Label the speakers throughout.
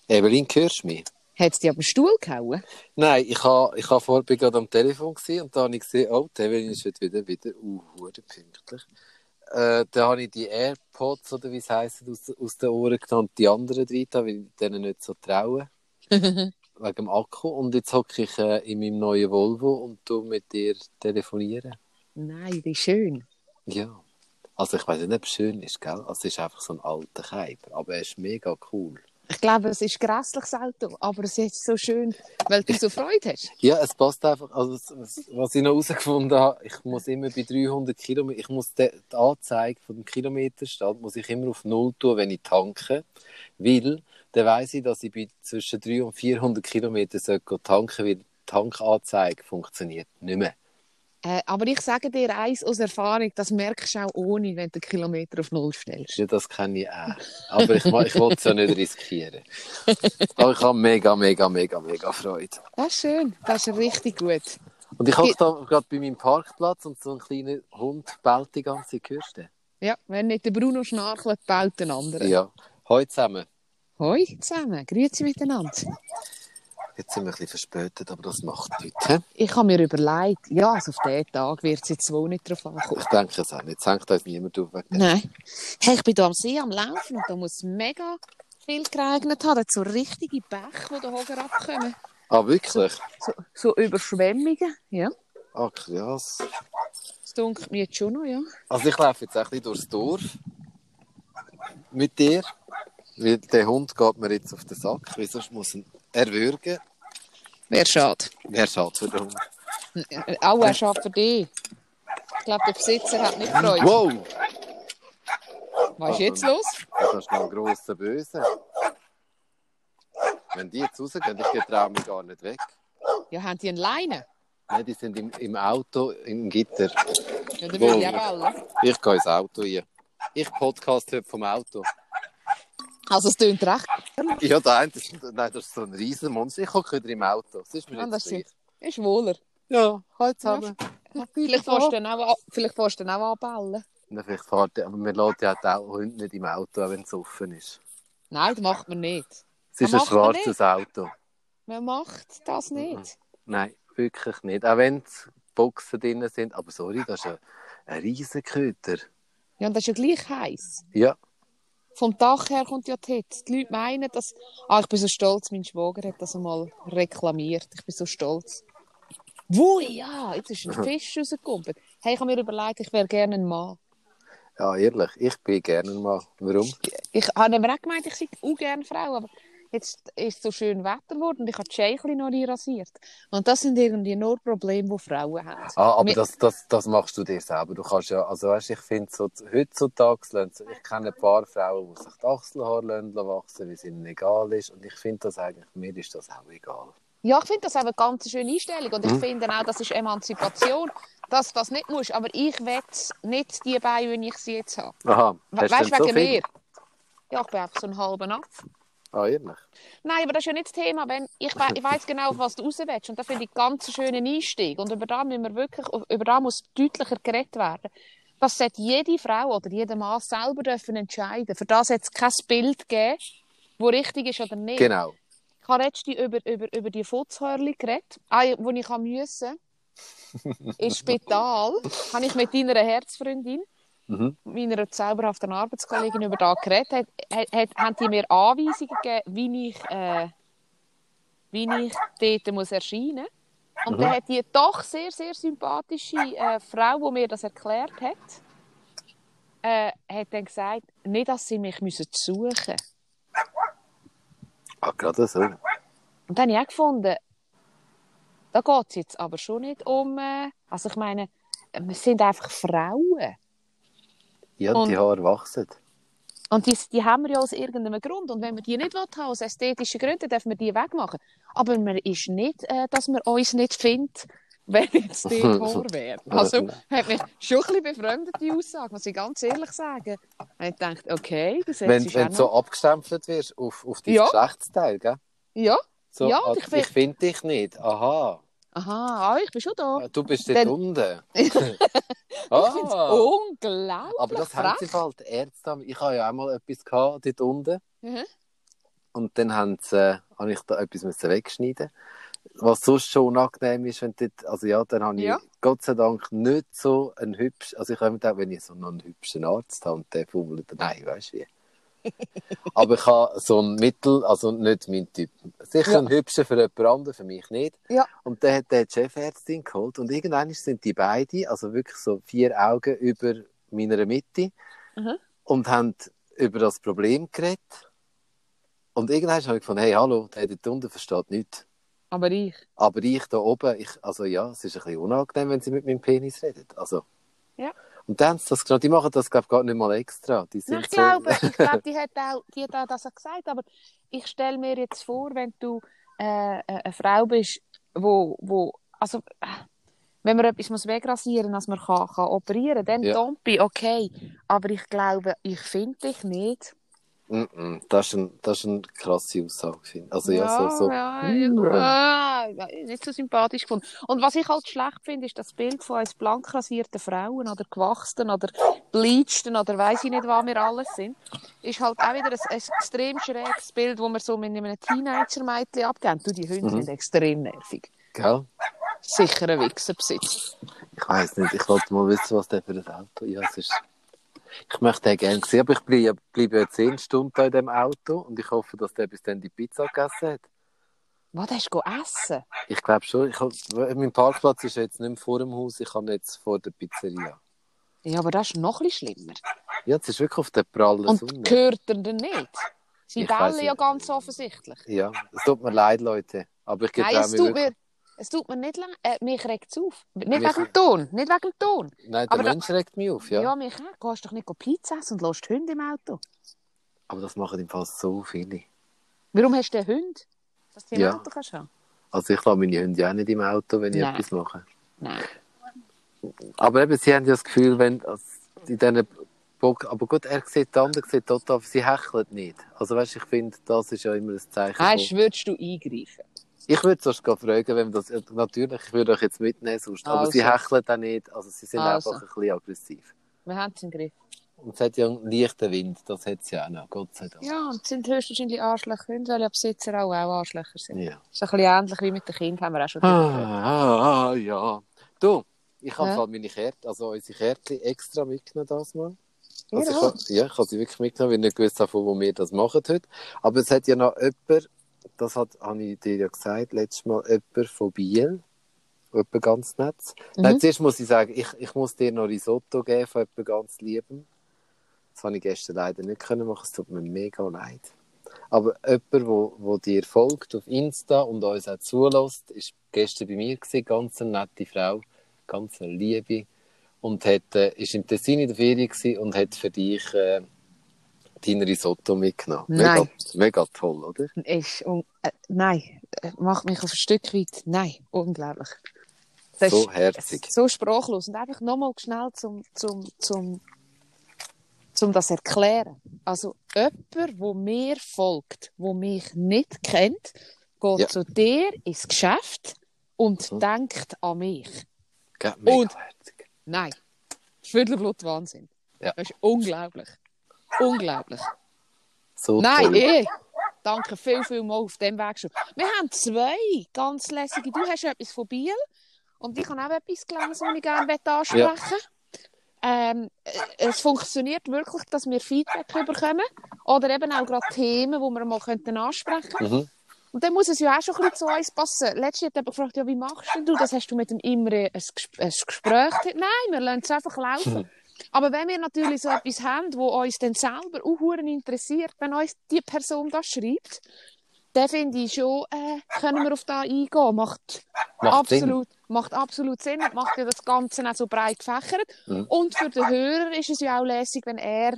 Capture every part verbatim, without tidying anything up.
Speaker 1: Evelyn, hörst du mich?
Speaker 2: Hat es dich auf den Stuhl gehauen?
Speaker 1: Nein, ich habe ich ha vorher bin gerade am Telefon gewesen, und da habe ich gesehen, oh, die Evelyn ist heute wieder, wieder uh, pünktlich. Äh, da habe ich die AirPods, oder wie es heisst, aus, aus den Ohren genommen und die anderen drin, weil ich denen nicht so traue. Wegen dem Akku. Und jetzt hocke ich äh, in meinem neuen Volvo und tu mit dir telefonieren.
Speaker 2: Nein, wie schön.
Speaker 1: Ja. Also ich weiß nicht, ob es schön ist, gell? Also es ist einfach so ein alter Keiper, aber er ist mega cool.
Speaker 2: Ich glaube, es ist ein grässliches Auto, aber es ist so schön, weil du so Freude hast.
Speaker 1: Ja, es passt einfach. Also, was, was ich noch herausgefunden habe, ich muss immer bei dreihundert Kilometer, ich muss die, die Anzeige von dem Kilometerstand muss ich immer auf null tun, wenn ich tanke, weil dann weiss ich, dass ich bei zwischen dreihundert und vierhundert Kilometern tanken soll, weil die Tankanzeige funktioniert nicht mehr.
Speaker 2: Äh, aber ich sage dir eins aus Erfahrung, das merkst du auch ohne, wenn du den Kilometer auf null stellst.
Speaker 1: Ja, das kenne ich auch. Aber ich, ich will es ja nicht riskieren. Aber ich habe mega, mega, mega, mega Freude.
Speaker 2: Das ist schön, das ist richtig gut.
Speaker 1: Und ich hocke da gerade bei meinem Parkplatz und so ein kleiner Hund bellt die ganze Zeit. Hörst du?
Speaker 2: Ja, wenn nicht der Bruno schnarchelt, bellt den anderen.
Speaker 1: Ja, hoi zusammen.
Speaker 2: Hoi zusammen, grüezi miteinander.
Speaker 1: Jetzt sind wir ein bisschen verspätet, aber das macht nichts. He?
Speaker 2: Ich habe mir überlegt, ja, also auf diesen Tag wird es jetzt wohl nicht drauf ankommen.
Speaker 1: Ich denke es auch nicht. Jetzt hängt uns niemand auf.
Speaker 2: Nein. Hey, ich bin hier am See am Laufen und da muss mega viel geregnet haben. Da hat so richtige Bäche, die da hoch abkommen.
Speaker 1: Ah, wirklich?
Speaker 2: So, so Überschwemmungen, ja.
Speaker 1: Ah, krass.
Speaker 2: Das dunkelt mir jetzt schon noch, ja.
Speaker 1: Also ich laufe jetzt ein bisschen durchs Dorf mit dir. Weil der Hund geht mir jetzt auf den Sack. Wieso muss ihn erwürgen?
Speaker 2: Wäre schade.
Speaker 1: Wäre schade für den Hund.
Speaker 2: Auch wäre schade für dich. Ich glaube, der Besitzer hat nicht Freude.
Speaker 1: Wow!
Speaker 2: Was ist jetzt los?
Speaker 1: Das ist noch ein grosser Böse. Wenn die jetzt rausgehen, ich traue mich gar nicht weg.
Speaker 2: Ja, haben die eine Leine?
Speaker 1: Nein, die sind im, im Auto, im Gitter.
Speaker 2: Ja, dann würde ich auch wollen.
Speaker 1: Ich gehe ins Auto hier. Ich podcast heute vom Auto.
Speaker 2: Also es tönt recht.
Speaker 1: Ja, da das, nein, das ist so ein riesen Monster. Ich hocke wieder im Auto. Das ist mir
Speaker 2: Ja,
Speaker 1: jetzt
Speaker 2: das
Speaker 1: gleich.
Speaker 2: ist wohler.
Speaker 1: Ja, halt zusammen.
Speaker 2: Ja. Vielleicht fährst du dann auch, vielleicht fährst du dann auch anbellen.
Speaker 1: Na, vielleicht fährt aber man lässt ja auch Hunde nicht im Auto, auch wenn es offen ist.
Speaker 2: Nein, das macht man nicht.
Speaker 1: Es ist
Speaker 2: das
Speaker 1: ein schwarzes Auto.
Speaker 2: Man macht das nicht.
Speaker 1: Nein, wirklich nicht. Auch wenn Boxen drin sind. Aber sorry, das ist ein, ein riesen Köter.
Speaker 2: Ja, und das ist ja gleich heiß.
Speaker 1: Ja.
Speaker 2: Vom Dach her kommt ja die Hitze. Die Leute meinen, dass... Ah, ich bin so stolz, mein Schwager hat das einmal reklamiert. Ich bin so stolz. Wo, ja, jetzt ist ein Fisch rausgekommen. Hey, ich habe mir überlegt, ich wäre gerne ein Mann.
Speaker 1: Ja, ehrlich, ich bin gerne ein Mann. Warum?
Speaker 2: Ich habe mir auch gemeint, ich sei auch gerne Frau, aber jetzt ist es so schön Wetter geworden und ich habe die Schächli noch nie rasiert. Und das sind irgendwie nur Probleme, die Frauen haben.
Speaker 1: Ah, aber
Speaker 2: Wir...
Speaker 1: das, das, das machst du dir selber. Du kannst ja, also weißt, ich finde so, heutzutage, ich kenne ein paar Frauen, die sich die Achselhaare wachsen, wie es ihnen egal ist. Und ich finde das eigentlich, mir ist das auch egal.
Speaker 2: Ja, ich finde das eine ganz schöne Einstellung. Und ich
Speaker 1: hm?
Speaker 2: finde auch, das ist Emanzipation, dass du das nicht musst. Aber ich will nicht die Beine, wie ich sie jetzt habe.
Speaker 1: Aha.
Speaker 2: We weißt du, wegen so mir? Ja, ich bin einfach so einen halben Apf.
Speaker 1: Ah, ehrlich?
Speaker 2: Nein, aber das ist ja nicht das Thema. Wenn ich, we ich weiss genau, auf was du raus willst. Und da finde ich einen ganz schönen Einstieg. Und über da müssen wir wirklich, über da muss deutlicher geredet werden. Das sollte jede Frau oder jeder Mann selber dürfen entscheiden. Für das hat es kein Bild gegeben, das richtig ist oder nicht.
Speaker 1: Genau.
Speaker 2: Ich habe letztens über, über, über die Futzhörli geredet, wo ich musste. Im Spital habe ich mit deiner Herzfreundin,
Speaker 1: mhm.
Speaker 2: meiner zauberhaften Arbeitskollegin, über das geredet. Hat, hat, haben die mir Anweisungen gegeben, wie ich, äh, wie ich dort muss erscheinen muss. Und mhm. dann hat die doch sehr, sehr sympathische äh, Frau, die mir das erklärt hat, äh, hat dann gesagt, nicht, dass sie mich müssen suchen müssen.
Speaker 1: Ah, gerade so.
Speaker 2: Und dann habe ich auch gefunden, da geht es jetzt aber schon nicht um... Äh, also ich meine, wir sind einfach Frauen.
Speaker 1: Ja, und die Haare wachsen.
Speaker 2: Und die, die haben wir ja aus irgendeinem Grund. Und wenn wir die nicht haben, aus ästhetischen Gründen, dürfen wir die wegmachen. Aber man ist nicht, äh, dass man uns nicht findet, wenn jetzt die Haar wäre. Also hat mich schon ein bisschen befremdet, die Aussage, muss ich ganz ehrlich sagen. Und ich dachte, okay, das
Speaker 1: Wenn,
Speaker 2: ist
Speaker 1: wenn du so abgestempelt wirst auf, auf dein
Speaker 2: ja.
Speaker 1: Geschlechtsteil, gell?
Speaker 2: Ja.
Speaker 1: So,
Speaker 2: ja
Speaker 1: also, ich finde find dich nicht. Aha.
Speaker 2: Aha, ah, ich bin schon da.
Speaker 1: Du bist dort unten.
Speaker 2: Ich finde es unglaublich.
Speaker 1: Aber das haben sie bald, die Ärzte. Ich hatte ja auch mal etwas gehabt, dort unten.
Speaker 2: Mhm.
Speaker 1: und dann haben sie, äh, habe ich da etwas müssen wegschneiden. Was sonst schon unangenehm ist, wenn dort, also ja, dann habe
Speaker 2: Ja.
Speaker 1: ich Gott sei Dank nicht so einen hübschen, also ich habe mir gedacht, wenn ich so noch einen hübschen Arzt habe und der fummelt, nein, weißt du wie. Aber ich habe so ein Mittel, also nicht mein Typ. Sicher
Speaker 2: Ja.
Speaker 1: ein hübscher für jemand anderen, für mich nicht.
Speaker 2: Ja.
Speaker 1: Und dann hat der die Chefärztin geholt und irgendwann sind die beiden, also wirklich so vier Augen über meiner Mitte
Speaker 2: Mhm.
Speaker 1: und haben über das Problem geredet. Und irgendwann habe ich gefunden, hey, hallo, der dort unten versteht nichts.
Speaker 2: Aber ich.
Speaker 1: Aber ich da oben, ich, also ja, es ist ein bisschen unangenehm, wenn sie mit meinem Penis reden. Also.
Speaker 2: Ja.
Speaker 1: Und dann haben sie das genommen. Die machen das, glaube ich, gar nicht mal extra. Die sind
Speaker 2: Nein, ich
Speaker 1: so...
Speaker 2: glaube, ich glaube, die hat auch, die hat auch das auch gesagt. Aber ich stelle mir jetzt vor, wenn du äh, eine Frau bist, wo, wo also äh, wenn man etwas muss wegrasieren muss, dass man kann, kann operieren kann, dann
Speaker 1: Ja.
Speaker 2: Tompi, okay. Aber ich glaube, ich finde dich nicht.
Speaker 1: Mm -mm. Das, ist ein, das ist eine krasse Aussage, finde ich. Also ja, so... so.
Speaker 2: ja, ja, äh, nicht so sympathisch gefunden. Und was ich halt schlecht finde, ist das Bild von uns blank rasierten Frauen oder gewachsenen oder bleachten oder weiss ich nicht, was wir alles sind. Ist halt auch wieder ein, ein extrem schräges Bild, das wir so mit einem Teenager-Mädchen abgeben. Du, die Hunde
Speaker 1: Mhm.
Speaker 2: sind extrem nervig.
Speaker 1: Gell?
Speaker 2: Sicher ein Wichserbesitz.
Speaker 1: Ich weiss nicht, ich wollte mal wissen, was der für ein Auto... Ja, es ist... Ich möchte den gerne sehen, aber ich bleibe, bleibe ja zehn Stunden in diesem Auto und ich hoffe, dass der bis dann die Pizza gegessen hat.
Speaker 2: Was, hast du essen?
Speaker 1: Ich glaube schon. Ich hab, mein Parkplatz ist jetzt nicht mehr vor dem Haus, ich habe jetzt vor der Pizzeria.
Speaker 2: Ja, aber das ist noch ein bisschen schlimmer.
Speaker 1: Ja, es ist wirklich auf der prallen
Speaker 2: Und
Speaker 1: Sonne.
Speaker 2: gehört er denn nicht? Sie
Speaker 1: Ich weiss
Speaker 2: bellen ja
Speaker 1: nicht.
Speaker 2: ganz offensichtlich.
Speaker 1: Ja, es tut mir leid, Leute. Aber ich
Speaker 2: Nein,
Speaker 1: getraue
Speaker 2: es
Speaker 1: mich
Speaker 2: tut,
Speaker 1: wirklich...
Speaker 2: mir, es tut mir nicht lang. Äh, mich regt es auf. Nicht
Speaker 1: Mich-
Speaker 2: wegen dem Ton. Nicht wegen dem Ton.
Speaker 1: Nein, der
Speaker 2: Aber da-
Speaker 1: Mensch regt mich auf, ja.
Speaker 2: Ja, mich auch. Gehst doch nicht Pizza essen und lässt die Hunde im Auto.
Speaker 1: Aber das machen im Fall so viele.
Speaker 2: Warum hast du den Hund? Dass du im
Speaker 1: Ja.
Speaker 2: Auto kannst haben?
Speaker 1: Also ich lasse meine Hunde auch nicht im Auto, wenn ich
Speaker 2: Nein.
Speaker 1: etwas mache.
Speaker 2: Nein.
Speaker 1: Aber eben, sie haben ja das Gefühl, wenn also in diesen Bock, aber gut, er sieht, der andere sieht total, sie hechelt nicht. Also weißt, ich finde, das ist ja immer ein Zeichen.
Speaker 2: Weißt
Speaker 1: von-
Speaker 2: du, würdest du eingreifen?
Speaker 1: Ich würde sonst gerade fragen, wenn das, natürlich, ich würde euch jetzt mitnehmen, sonst, aber
Speaker 2: Also.
Speaker 1: sie hecheln auch nicht, also sie sind
Speaker 2: Also.
Speaker 1: einfach ein bisschen aggressiv.
Speaker 2: Wir haben es im Griff.
Speaker 1: Und es hat ja einen leichten Wind, das hat sie auch noch, Gott sei Dank.
Speaker 2: Ja, und es sind höchstwahrscheinlich Arschlöcher. Hunde sollen ja Besitzer auch, auch Arschlöcher sein.
Speaker 1: Ja.
Speaker 2: Das ist ein bisschen ähnlich wie mit den Kindern, haben wir auch schon drüber gehört.
Speaker 1: Ah, ah, ja. Du, ich habe
Speaker 2: Ja.
Speaker 1: ja. meine Kärtchen, also unsere Kärtchen extra mitgenommen das Mal.
Speaker 2: Ja,
Speaker 1: Also ich,
Speaker 2: ja.
Speaker 1: ha- ja, ich habe sie wirklich mitgenommen, weil ich nicht gewusst habe, von wo wir das machen heute. Aber es hat ja noch jemand, das hat, habe ich dir ja gesagt, letztes Mal jemand von Biel, jemand ganz nett.
Speaker 2: Mhm.
Speaker 1: Nein, zuerst muss ich sagen, ich, ich muss dir noch Risotto geben von jemand ganz Liebem. Das habe ich gestern leider nicht können machen, es tut mir mega leid. Aber jemand, wo, wo dir folgt auf Insta und uns auch zulässt, ist gestern bei mir gewesen, ganz eine nette Frau, ganz eine Liebe. Und hat, äh, ist im Tessin in der Ferien gewesen und hat für dich äh, dein Risotto mitgenommen. Mega,
Speaker 2: Nein.
Speaker 1: mega toll, oder?
Speaker 2: Ist un äh, nein, äh, macht mich auf ein Stück weit. Nein, unglaublich. Das
Speaker 1: So
Speaker 2: ist
Speaker 1: herzig.
Speaker 2: so sprachlos. Und einfach nochmal schnell zum, zum, zum, zum das erklären. Also jemand, der mir folgt, der mich nicht kennt, geht
Speaker 1: Ja.
Speaker 2: zu dir ins Geschäft und
Speaker 1: Mhm.
Speaker 2: denkt an mich.
Speaker 1: Gell, mega
Speaker 2: Und-
Speaker 1: herzig.
Speaker 2: Nein, Viertelblut Wahnsinn.
Speaker 1: Ja.
Speaker 2: Das ist unglaublich. Unglaublich.
Speaker 1: So
Speaker 2: Nein,
Speaker 1: toll.
Speaker 2: eh. Danke viel, viel mal auf dem Weg schon. Wir haben zwei ganz lässige. Du hast etwas von Biel und ich habe auch etwas gelesen, das ich gerne ansprechen möchte. Ähm, äh, es funktioniert wirklich, dass wir Feedback bekommen oder eben auch gerade Themen, die wir mal könnten ansprechen könnten.
Speaker 1: Mhm.
Speaker 2: Und dann muss es ja auch schon ein bisschen zu uns passen. Letztes hat jemand gefragt, ja, wie machst denn du das? Hast du mit dem Imre ein, Ges- ein Gespräch? Nein, wir lassen es einfach laufen. Aber wenn wir natürlich so etwas haben, wo uns dann selber auch verdammt interessiert, wenn uns die Person das schreibt, dann finde ich schon, äh, können wir auf das eingehen. Macht,
Speaker 1: Macht
Speaker 2: absolut, macht absolut Sinn und macht ja das Ganze auch so breit gefächert.
Speaker 1: Mhm.
Speaker 2: Und für den Hörer ist es ja auch lässig, wenn er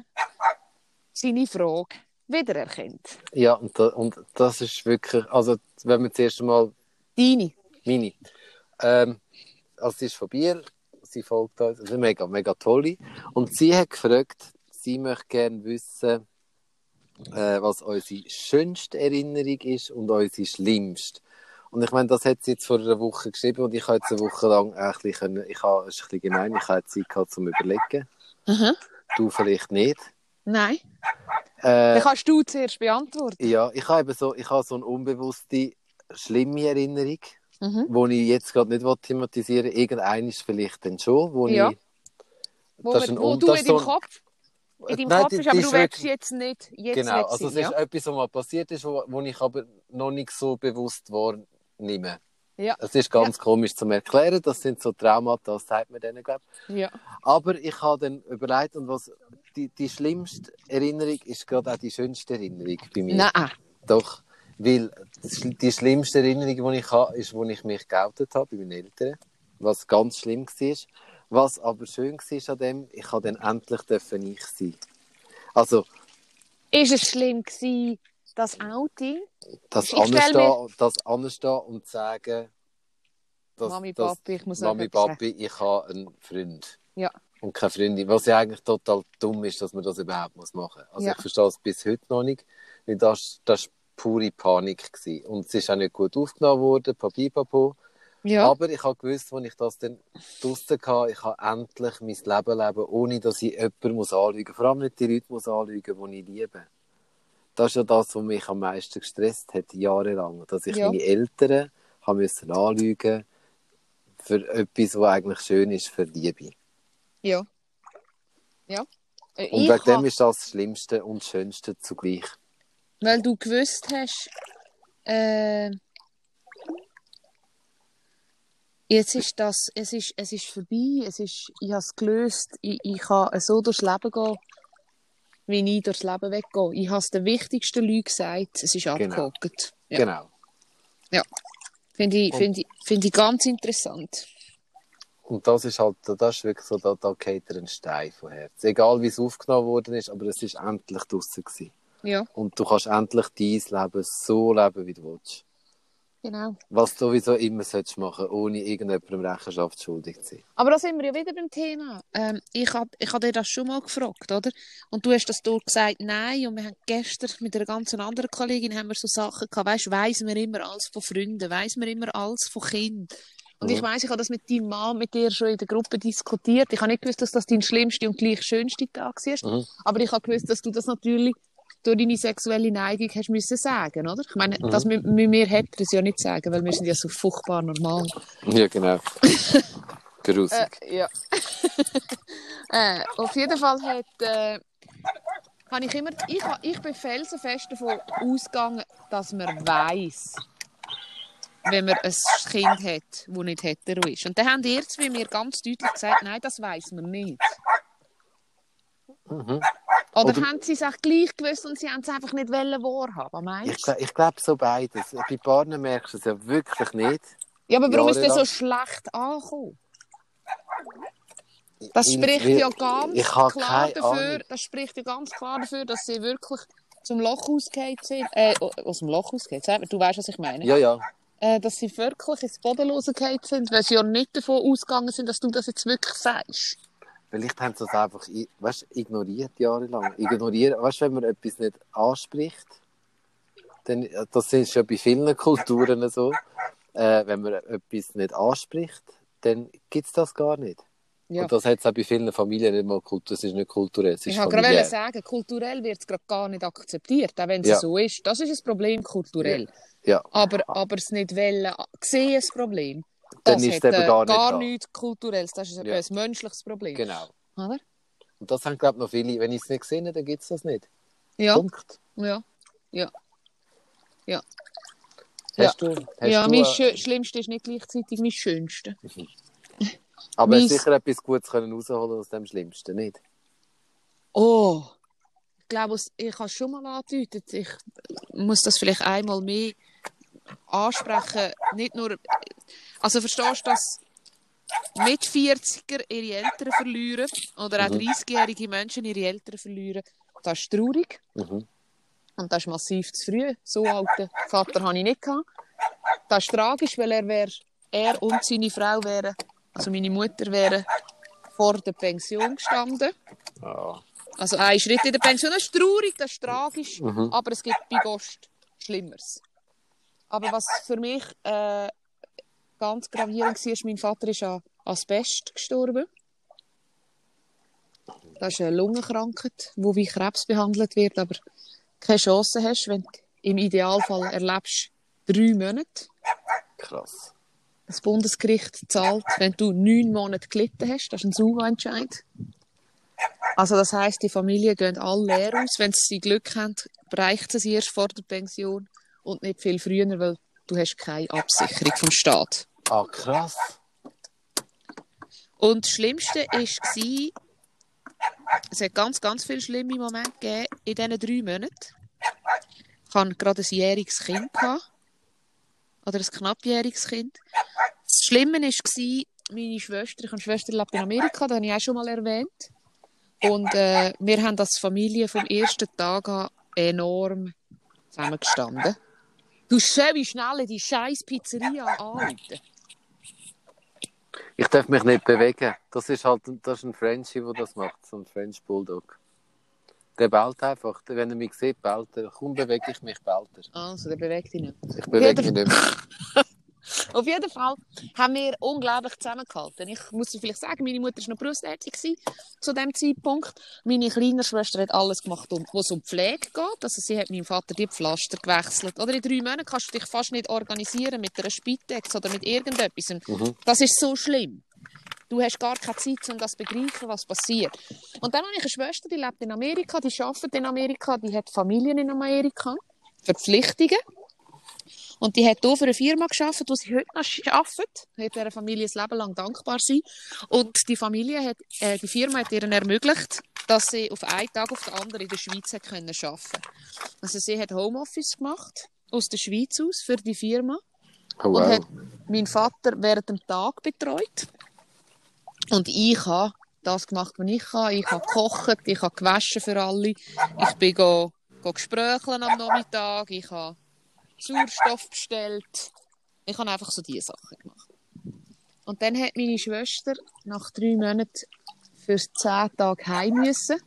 Speaker 2: seine Frage wiedererkennt.
Speaker 1: Ja, und, da, und das ist wirklich, also wenn wir zuerst einmal
Speaker 2: Deine.
Speaker 1: meine, ähm, also sie ist von Biel, sie folgt uns, also mega, mega tolle. Und sie hat gefragt, sie möchte gerne wissen, äh, was unsere schönste Erinnerung ist und unsere schlimmste. Und ich meine, das hat sie jetzt vor einer Woche geschrieben und ich habe jetzt eine Woche lang ein bisschen, können, ich habe, es ist ein bisschen gemein, ich habe Zeit gehabt zum Überlegen.
Speaker 2: Mhm.
Speaker 1: Du vielleicht nicht.
Speaker 2: Nein. Dann
Speaker 1: Äh,
Speaker 2: kannst du zuerst beantworten.
Speaker 1: ja, ich habe eben so, ich habe so eine unbewusste, schlimme Erinnerung,
Speaker 2: Mhm.
Speaker 1: die ich jetzt gerade nicht thematisieren will. Irgendeine ist vielleicht dann schon, wo
Speaker 2: Ja.
Speaker 1: ich...
Speaker 2: Wo,
Speaker 1: Das ist
Speaker 2: wir,
Speaker 1: ein,
Speaker 2: wo
Speaker 1: um,
Speaker 2: du
Speaker 1: das
Speaker 2: in
Speaker 1: ist so
Speaker 2: deinem
Speaker 1: ein,
Speaker 2: Kopf, in deinem
Speaker 1: nein,
Speaker 2: Kopf
Speaker 1: die,
Speaker 2: bist,
Speaker 1: die
Speaker 2: aber
Speaker 1: ist
Speaker 2: du willst
Speaker 1: wirklich...
Speaker 2: jetzt nicht, jetzt
Speaker 1: Genau,
Speaker 2: nicht
Speaker 1: also
Speaker 2: sein,
Speaker 1: es ist
Speaker 2: ja?
Speaker 1: etwas, was mal passiert ist, wo, wo ich aber noch nicht so bewusst wahrnehme.
Speaker 2: Ja.
Speaker 1: Es ist
Speaker 2: Ja.
Speaker 1: ganz komisch zu erklären, das sind so Traumata, das sagt man denen, glaube ich.
Speaker 2: Ja.
Speaker 1: Aber ich habe dann überlegt, und was die, die schlimmste Erinnerung ist gerade auch die schönste Erinnerung bei mir.
Speaker 2: Nein.
Speaker 1: Doch, weil die schlimmste Erinnerung, die ich habe, ist, wo ich mich geoutet habe bei meinen Eltern, was ganz schlimm war. Was aber schön war an dem, ich habe dann endlich dürfen ich sein. Also,
Speaker 2: Ist es schlimm gewesen, das Outing?
Speaker 1: das
Speaker 2: Ich stelle mir...
Speaker 1: Anstehen, das Anstehen und sagen, dass,
Speaker 2: Mami,
Speaker 1: dass
Speaker 2: Papi, ich muss noch
Speaker 1: Mami,
Speaker 2: etwas sagen.
Speaker 1: Papi, ich habe einen Freund.
Speaker 2: Ja.
Speaker 1: Und keine Freundin. Was ja eigentlich total dumm ist, dass man das überhaupt machen muss. Also
Speaker 2: Ja.
Speaker 1: ich verstehe es bis heute noch nicht, weil das, das war pure Panik gewesen. Und es ist auch nicht gut aufgenommen worden, papi, papo.
Speaker 2: Ja.
Speaker 1: Aber ich habe gewusst, als ich das dann draussen hatte, ich habe endlich mein Leben leben, ohne dass ich jemanden muss anlügen muss. Vor allem nicht die Leute muss anlügen, die ich liebe. Das ist ja das, was mich am meisten gestresst hat, jahrelang. Dass ich
Speaker 2: Ja.
Speaker 1: meine Eltern habe müssen anlügen für etwas, was eigentlich schön ist, für Liebe.
Speaker 2: Ja. Ja. Äh,
Speaker 1: Und
Speaker 2: Ich
Speaker 1: wegen dem
Speaker 2: habe,
Speaker 1: ist das das Schlimmste und das Schönste zugleich.
Speaker 2: weil du gewusst hast, äh, jetzt ist das, es ist, es ist vorbei, es ist, ich habe es gelöst, ich, ich kann so durchs Leben gehen, wie ich durchs Leben weggehe. Ich habe es den wichtigsten Leuten gesagt, es ist
Speaker 1: Genau.
Speaker 2: abgehakt. Ja.
Speaker 1: Genau.
Speaker 2: Ja. Finde ich,
Speaker 1: Und,
Speaker 2: finde ich, finde ich ganz interessant.
Speaker 1: und das ist halt, das ist wirklich so, da, da geht dir ein Stein vom Herz. Egal wie es aufgenommen worden ist, aber es ist endlich draussen gewesen.
Speaker 2: Ja,
Speaker 1: Und du kannst endlich dein Leben so leben, wie du willst.
Speaker 2: genau.
Speaker 1: Was du sowieso immer solltest machen, ohne irgendjemandem Rechenschaft schuldig zu sein.
Speaker 2: Aber da sind wir ja wieder beim Thema. Ähm, ich habe ich hab dir das schon mal gefragt, oder? Und du hast das dort gesagt, nein. Und wir haben gestern mit einer ganz anderen Kollegin haben wir so Sachen gehabt. Weißt, weiss man immer alles von Freunden, weiss man immer alles von Kindern. Und
Speaker 1: Mhm.
Speaker 2: ich weiss, ich habe das mit deinem Mann, mit dir schon in der Gruppe diskutiert. Ich habe nicht gewusst, dass das dein schlimmster und gleich schönster Tag war.
Speaker 1: Mhm.
Speaker 2: Aber ich habe gewusst, dass du das natürlich durch deine sexuelle Neigung hast müssen sagen, oder? Ich meine,
Speaker 1: Mhm.
Speaker 2: das müssen wir Heteros ja nicht sagen, weil wir sind ja so furchtbar normal.
Speaker 1: Ja, genau. Grusig.
Speaker 2: Äh, ja. äh, auf jeden Fall hat, äh, habe ich immer, ich, ha- ich bin felsenfest davon ausgegangen, dass man weiss, wenn man ein Kind hat, das nicht hetero ist. Und dann haben die zwei mir ganz deutlich gesagt, nein, das weiss man nicht.
Speaker 1: Mhm.
Speaker 2: Oder,
Speaker 1: Oder-
Speaker 2: haben sie es auch gleich gewusst und sie haben es einfach nicht wollen wahrhaben,
Speaker 1: Ich,
Speaker 2: meinst du?
Speaker 1: gl- ich glaube so beides. Bei Paaren merkst du es ja wirklich nicht.
Speaker 2: Ja, aber warum ist das so
Speaker 1: Jahrelang.
Speaker 2: schlecht angekommen? Das
Speaker 1: In-
Speaker 2: spricht
Speaker 1: weil-
Speaker 2: ja ganz
Speaker 1: ich habe
Speaker 2: klar
Speaker 1: keine
Speaker 2: dafür,
Speaker 1: Ahnung.
Speaker 2: das spricht ja ganz klar dafür, dass sie wirklich zum Loch ausgeht sind. Äh, aus dem Loch ausgeht, sag mir, du weißt, was ich meine.
Speaker 1: Ja, ja.
Speaker 2: Äh, dass sie wirklich ins Bodenlose gefallen sind, weil sie ja nicht davon ausgegangen sind, dass du das jetzt wirklich sagst.
Speaker 1: Vielleicht haben sie das einfach i- weißt, ignoriert jahrelang. Ignorieren, weißt, wenn man etwas nicht anspricht, dann, das ist ja bei vielen Kulturen so, äh, wenn man etwas nicht anspricht, dann gibt es das gar nicht.
Speaker 2: Ja.
Speaker 1: Und das hat es auch bei vielen Familien nicht mal kulturell. Das ist nicht kulturell, es ist
Speaker 2: Ich wollte gerade
Speaker 1: familiär.
Speaker 2: sagen, kulturell wird es gerade gar nicht akzeptiert, auch wenn es
Speaker 1: Ja.
Speaker 2: so ist. Das ist ein Problem kulturell.
Speaker 1: Ja.
Speaker 2: Aber, aber es nicht wollen, sehen ein Problem.
Speaker 1: Dann
Speaker 2: Das
Speaker 1: ist
Speaker 2: hat
Speaker 1: es eben
Speaker 2: äh,
Speaker 1: gar
Speaker 2: gar,
Speaker 1: nicht dran.
Speaker 2: nichts Kulturelles. Das ist
Speaker 1: Ja.
Speaker 2: ein menschliches Problem.
Speaker 1: Genau.
Speaker 2: Oder?
Speaker 1: Und das haben, glaube ich, noch viele. Wenn ich es nicht sehe, dann gibt es das nicht.
Speaker 2: Ja.
Speaker 1: Punkt.
Speaker 2: Ja. Ja. Ja.
Speaker 1: Hast du, hast
Speaker 2: ja,
Speaker 1: du,
Speaker 2: mein
Speaker 1: äh,
Speaker 2: Schö- Schlimmste ist nicht gleichzeitig mein Schönste.
Speaker 1: aber
Speaker 2: mein-
Speaker 1: hast sicher etwas Gutes können rausholen aus dem Schlimmsten, nicht?
Speaker 2: Oh, ich glaube, es- ich habe es schon mal angedeutet. Ich muss das vielleicht einmal mehr ansprechen. Nicht nur, also verstehst du, dass mit vierziger ihre Eltern verlieren oder auch
Speaker 1: Mhm.
Speaker 2: dreißigjährige Menschen ihre Eltern verlieren? Das ist traurig.
Speaker 1: Mhm.
Speaker 2: Und das ist massiv zu früh. So alten Vater hatte ich nicht gehabt. Das ist tragisch, weil er, wär, er und seine Frau wären, also meine Mutter wären vor der Pension gestanden.
Speaker 1: Ja.
Speaker 2: Also ein Schritt in der Pension. Das ist traurig, das ist tragisch,
Speaker 1: Mhm.
Speaker 2: aber es gibt bei Ghost Schlimmeres. Aber was für mich äh, ganz gravierend war, mein Vater ist an Asbest gestorben. Das ist eine Lungenkrankheit, die wie Krebs behandelt wird, aber keine Chance hast, wenn du im Idealfall erlebst drei Monate.
Speaker 1: Krass.
Speaker 2: Das Bundesgericht zahlt, wenn du neun Monate gelitten hast. Das ist ein Sauentscheid. Also das heisst, die Familien gehen alle leer aus. Wenn sie Glück haben, bereicht sie erst vor der Pension und nicht viel früher, weil du hast keine Absicherung vom Staat.
Speaker 1: Ah, krass.
Speaker 2: Und das Schlimmste war, es hat ganz, ganz viele schlimme Momente gegeben in diesen drei Monaten. Ich hatte gerade ein jähriges Kind. Oder ein knappjähriges Kind. Das Schlimme war, meine Schwester, ich habe eine Schwester, die lebt in Amerika, das habe ich auch schon mal erwähnt. Und äh, wir haben als Familie vom ersten Tag an enorm zusammengestanden. Du sollst wie schnell in die scheiß Pizzeria anrufen.
Speaker 1: Ich darf mich nicht bewegen. Das ist halt das ist ein Frenchie, der das macht, so ein French Bulldog. Der bellt einfach. Wenn er mich sieht, bellt er. Kaum bewege ich mich, bellt er.
Speaker 2: Also, der bewegt dich nicht.
Speaker 1: Ich bewege mich nicht mehr.
Speaker 2: Auf jeden Fall haben wir unglaublich zusammengehalten. Ich muss dir vielleicht sagen, meine Mutter war noch Berufstätig zu diesem Zeitpunkt. Meine kleine Schwester hat alles gemacht, wo es um Pflege geht. Also sie hat meinem Vater die Pflaster gewechselt. Oder in drei Monaten kannst du dich fast nicht organisieren mit einer Spitex oder mit irgendetwas. Mhm. Das ist so schlimm. Du hast gar keine Zeit, um das zu begreifen, was passiert. Und dann habe ich eine Schwester, die lebt in Amerika, die arbeitet in Amerika, die hat Familien in Amerika, Verpflichtungen. Und die hat hier für eine Firma gearbeitet, die sie heute noch arbeitet. Hat dieser Familie ein Leben lang dankbar sein. Und die Familie hat, äh, die Firma hat ihr ermöglicht, dass sie auf einen Tag auf den anderen in der Schweiz hat können arbeiten. Also sie hat Homeoffice gemacht, aus der Schweiz aus, für die Firma. Oh, wow. Und hat meinen Vater während dem Tag betreut. Und ich habe das gemacht, was ich kann. Ich habe gekocht, ich habe gewaschen für alle. Ich bin go, go gesprächeln am Nachmittag. Ich habe Sauerstoff bestellt. Ich habe einfach so diese Sachen gemacht. Und dann hat meine Schwester nach drei Monaten für zehn Tage heim müssen.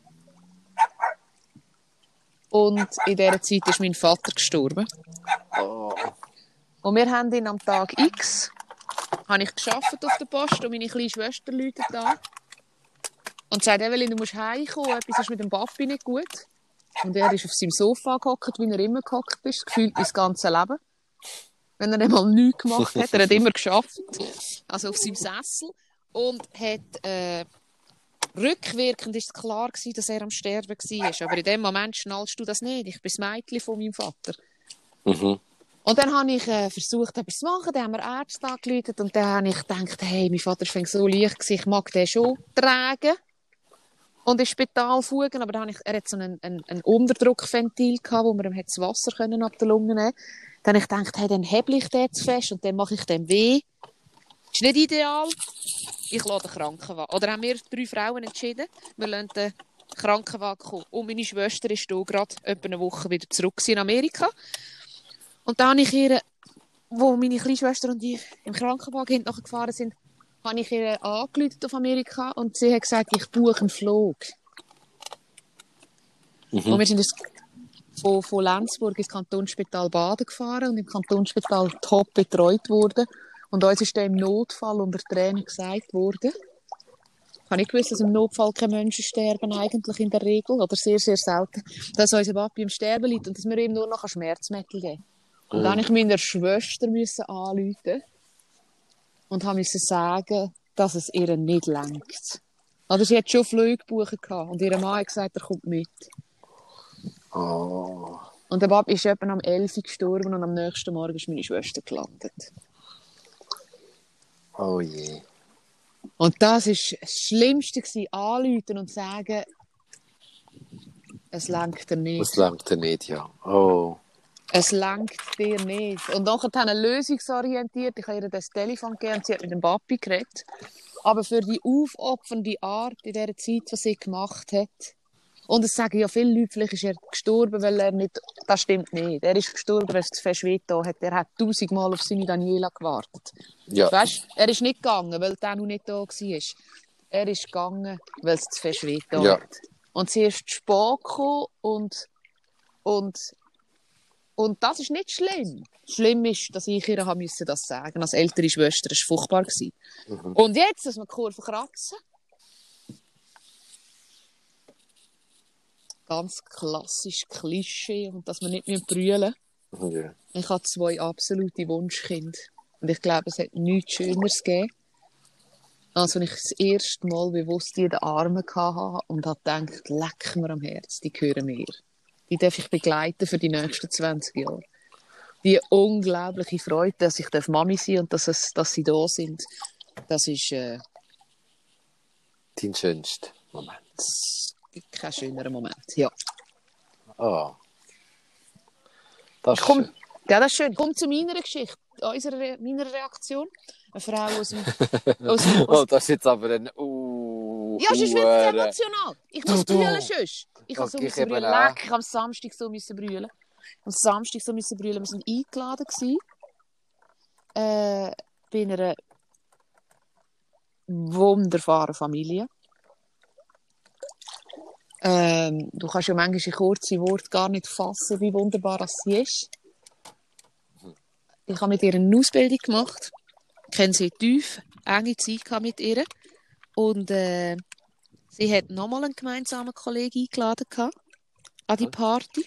Speaker 2: Und in dieser Zeit ist mein Vater gestorben. Oh. Und wir haben ihn am Tag X habe ich gearbeitet auf der Post und meine kleine Schwester läutet an und sagt, Evelyn, du musst heimkommen, etwas ist mit dem Papi nicht gut. Und er ist auf seinem Sofa gehockt, wie er immer gehockt ist, gefühlt mein ganzes Leben. Wenn er nicht mal nichts gemacht hat, er hat immer geschafft, also auf seinem Sessel. Und hat, äh, rückwirkend ist es klar gewesen, dass er am Sterben war. Aber in dem Moment schnallst du das nicht. Ich bin das Mädchen von meinem Vater. Mhm. Und dann habe ich äh, versucht, etwas zu machen. Dann haben wir Ärzte angerufen und dann habe ich gedacht, hey, mein Vater war so leicht, ich mag den schon tragen und ins Spital fugen. Aber dann habe ich, er hat so ein, ein, ein Unterdruckventil gehabt, wo man ihm das Wasser können ab der Lunge nehmen konnte. Dann habe ich gedacht, hey, dann hebel ich den zu fest und dann mache ich dem weh. Ist nicht ideal. Ich lasse den Krankenwagen. Oder haben wir drei Frauen entschieden, wir lassen den Krankenwagen kommen. Und meine Schwester ist hier gerade etwa eine Woche wieder zurück in Amerika. Und dann habe ich ihr, wo meine kleine Schwester und ich im Krankenwagen nachher gefahren sind, habe ich ihr angerufen auf Amerika und sie hat gesagt, ich buche einen Flug. Mhm. Und wir sind von, von Lenzburg ins Kantonsspital Baden gefahren und im Kantonsspital top betreut worden. Und uns ist dann im Notfall unter Tränen gesagt worden, ich habe nicht gewusst, dass im Notfall keine Menschen sterben, eigentlich in der Regel, oder sehr, sehr selten, dass unser Papi im Sterben liegt und dass wir ihm nur noch Schmerzmittel geben. Und dann musste ich meiner Schwester anrufen und musste sagen, dass es ihr nicht lenkt. Also sie hat schon Flüge gebucht und ihr Mann hat gesagt, er kommt mit. Oh. Und der Papi ist etwa am elf Uhr gestorben und am nächsten Morgen ist meine Schwester gelandet.
Speaker 1: Oh je.
Speaker 2: Und das war das Schlimmste, anrufen und sagen, es lenkt dir nicht.
Speaker 1: Es lenkt dir nicht, ja. Oh.
Speaker 2: Es lenkt dir nicht. Und nachher haben wir lösungsorientiert. Ich habe ihr das Telefon gegeben und sie hat mit dem Papi geredet. Aber für die aufopfernde Art in dieser Zeit, was sie gemacht hat. Und es sagen ja viele Leute, vielleicht ist er gestorben, weil er nicht... Das stimmt nicht. Er ist gestorben, weil es zu fest wehgetan hat. Er hat tausendmal auf seine Daniela gewartet. Ja. Weißt, er ist nicht gegangen, weil der noch nicht da war. Er ist gegangen, weil es zu fest wehgetan ja. hat. Und sie ist zu spät gekommen und... und Und das ist nicht schlimm. Schlimm ist, dass ich ihr das sagen musste. Als ältere Schwester war es furchtbar. Mhm. Und jetzt, dass wir die Kurve kratzen. ganz klassisch Klischee und dass wir nicht brüllen müssen.
Speaker 1: Ja.
Speaker 2: Ich habe zwei absolute Wunschkinder. Und ich glaube, es hat nichts Schöneres gegeben, als wenn ich das erste Mal bewusst die in den Armen hatte und habe gedacht, leck mir am Herz, die gehören mir. Die darf ich begleiten für die nächsten zwanzig Jahre. Die unglaubliche Freude, dass ich Mami sein darf und dass, es, dass sie da sind, das ist äh,
Speaker 1: dein schönster Moment.
Speaker 2: Es gibt keinen schöneren Moment, ja.
Speaker 1: Oh. Das ist
Speaker 2: Komm,
Speaker 1: schön.
Speaker 2: ja, das ist schön. Komm zu meiner Geschichte, unserer, meiner Reaktion. Eine Frau aus dem... Aus, dem-
Speaker 1: Oh,
Speaker 2: aus,
Speaker 1: das ist jetzt aber ein... Uh,
Speaker 2: ja, sonst wird
Speaker 1: Hure.
Speaker 2: es emotional. Ich muss
Speaker 1: Du, du.
Speaker 2: brüllen, sonst. Ich muss so
Speaker 1: Okay, ich
Speaker 2: müssen
Speaker 1: eben
Speaker 2: brüllen.
Speaker 1: auch.
Speaker 2: Leck, ich am Samstag so müssen brüllen. Am Samstag so müssen brüllen. Wir waren eingeladen gewesen, äh, bei einer wunderbaren Familie. Ähm, du kannst ja manchmal in kurzen Worten gar nicht fassen, wie wunderbar das sie ist. Ich habe mit ihr eine Ausbildung gemacht. Ich kenne sie tief, enge Zeit gehabt mit ihr. Und äh, sie hat nochmal einen gemeinsamen Kollegen eingeladen gehabt, an die Party.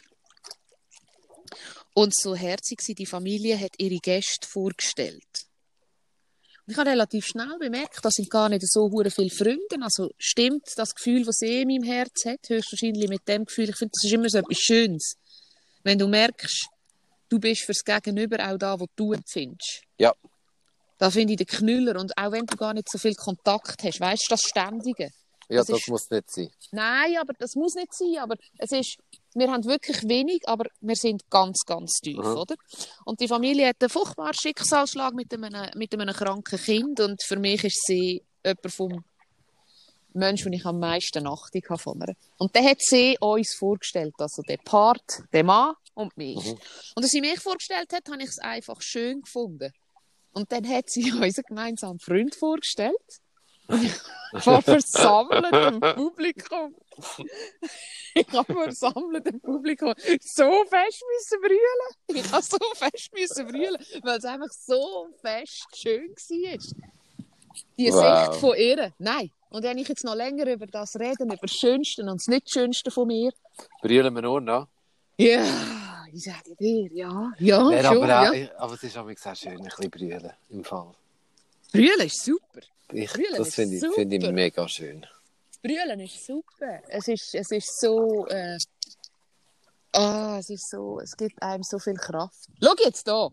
Speaker 2: Und so herzig sie die Familie hat ihre Gäste vorgestellt. Und ich habe relativ schnell bemerkt, das sind gar nicht so hure viele Freunde. Also stimmt das Gefühl, das sie in meinem Herz hat, höchstwahrscheinlich mit dem Gefühl. Ich finde, das ist immer so etwas Schönes. Wenn du merkst, du bist fürs Gegenüber auch da, wo du empfindest.
Speaker 1: Ja.
Speaker 2: Da finde ich den Knüller. Und auch wenn du gar nicht so viel Kontakt hast, weißt du, das Ständige.
Speaker 1: Ja,
Speaker 2: das
Speaker 1: das
Speaker 2: ist,
Speaker 1: muss nicht sein.
Speaker 2: Nein, aber das muss nicht sein. Aber es ist, wir haben wirklich wenig, aber wir sind ganz, ganz tief,
Speaker 1: Mhm.
Speaker 2: oder? Und die Familie hat einen furchtbaren Schicksalsschlag mit einem, mit einem kranken Kind. Und für mich ist sie jemand vom Mensch, den ich am meisten Achtung habe von ihr. Und dann hat sie uns vorgestellt, also der Part, der Mann und mich.
Speaker 1: Mhm.
Speaker 2: Und als sie mich vorgestellt hat, habe ich es einfach schön gefunden. Und dann hat sie unseren gemeinsamen Freund vorgestellt. Und ich war versammelt im Publikum. Ich habe versammelt im Publikum so fest müssen brüllen. Ich habe so fest müssen brüllen, weil es einfach so fest schön war. Die
Speaker 1: Wow.
Speaker 2: Sicht von ihr. Nein. Und wenn ich jetzt noch länger über das rede, über das Schönste und das Nicht-Schönste von mir.
Speaker 1: Brüllen wir nur noch?
Speaker 2: Ja, ich sage dir, ja. Ja,
Speaker 1: Nein,
Speaker 2: schon,
Speaker 1: aber, auch,
Speaker 2: ja.
Speaker 1: aber es ist auch sehr schön, ein bisschen brüllen im Fall.
Speaker 2: Brüllen ist super.
Speaker 1: Ich,
Speaker 2: Brüllen
Speaker 1: das
Speaker 2: ist
Speaker 1: finde ich,
Speaker 2: super.
Speaker 1: find ich mega schön.
Speaker 2: Brüllen ist super. Es ist, es ist so... Äh, oh, es ist so... Es gibt einem so viel Kraft. Schau jetzt hier.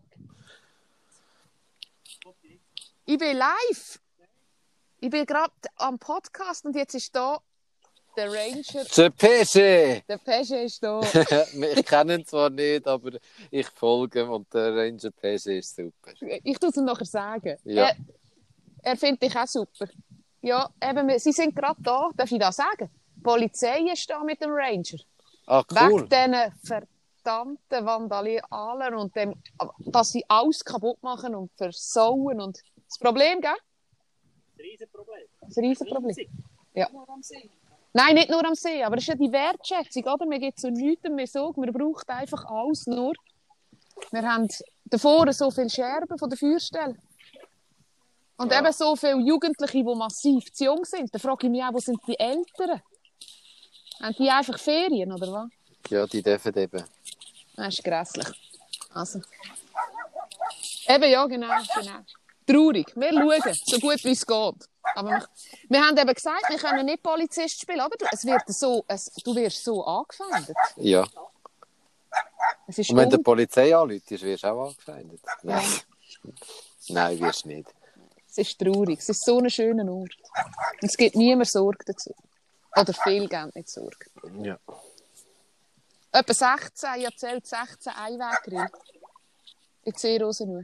Speaker 2: Ich bin live. Ich bin gerade am Podcast und jetzt ist da der Ranger.
Speaker 1: Der Pesche!
Speaker 2: Der Pesche ist da.
Speaker 1: Ich kenne ihn zwar nicht, aber ich folge ihm und der Ranger Pesche ist super.
Speaker 2: Ich tue es ihm nachher sagen.
Speaker 1: Ja.
Speaker 2: Er, er findet dich auch super. Ja, eben, wir- sie sind gerade da. Darf ich das sagen? Die Polizei ist da mit dem Ranger.
Speaker 1: Ah, cool.
Speaker 2: Wegen diesen verdammten Vandalen und dem, dass sie alles kaputt machen und versauen. Und das Problem, gell?
Speaker 3: Das Riesenproblem.
Speaker 2: Das Riesenproblem.
Speaker 3: Riesig.
Speaker 2: Ja.
Speaker 3: Nur am See.
Speaker 2: Nein, nicht nur am See, aber es ist ja die Wertschätzung, oder? Wir gehen zu nichts mehr so, wir brauchen einfach alles nur. Wir haben davor so viele Scherben von der Feuerstelle. Und
Speaker 1: Ja.
Speaker 2: eben so viele Jugendliche, die massiv zu jung sind. Da frage ich mich auch, wo sind die Eltern? Haben die einfach Ferien, oder was?
Speaker 1: Ja, die dürfen eben.
Speaker 2: Das ist grässlich. Also. Eben, ja, genau, genau. Traurig. Wir schauen, so gut wie es geht. Aber wir, wir haben eben gesagt, wir können nicht Polizist spielen, oder? Es wird so, es, du wirst so angefeindet.
Speaker 1: Ja.
Speaker 2: Es ist
Speaker 1: Und wenn
Speaker 2: un-
Speaker 1: der Polizei anruft, wirst du auch angefeindet. Nein.
Speaker 2: Ja.
Speaker 1: Nein, wirst du nicht.
Speaker 2: Es ist traurig. Es ist so ein schöner Ort. Und es gibt niemand Sorge dazu. Oder viel geben nicht Sorge.
Speaker 1: Ja.
Speaker 2: Etwa sechzehn, ich erzählt sechzehn Einweggrill. In Seerosen.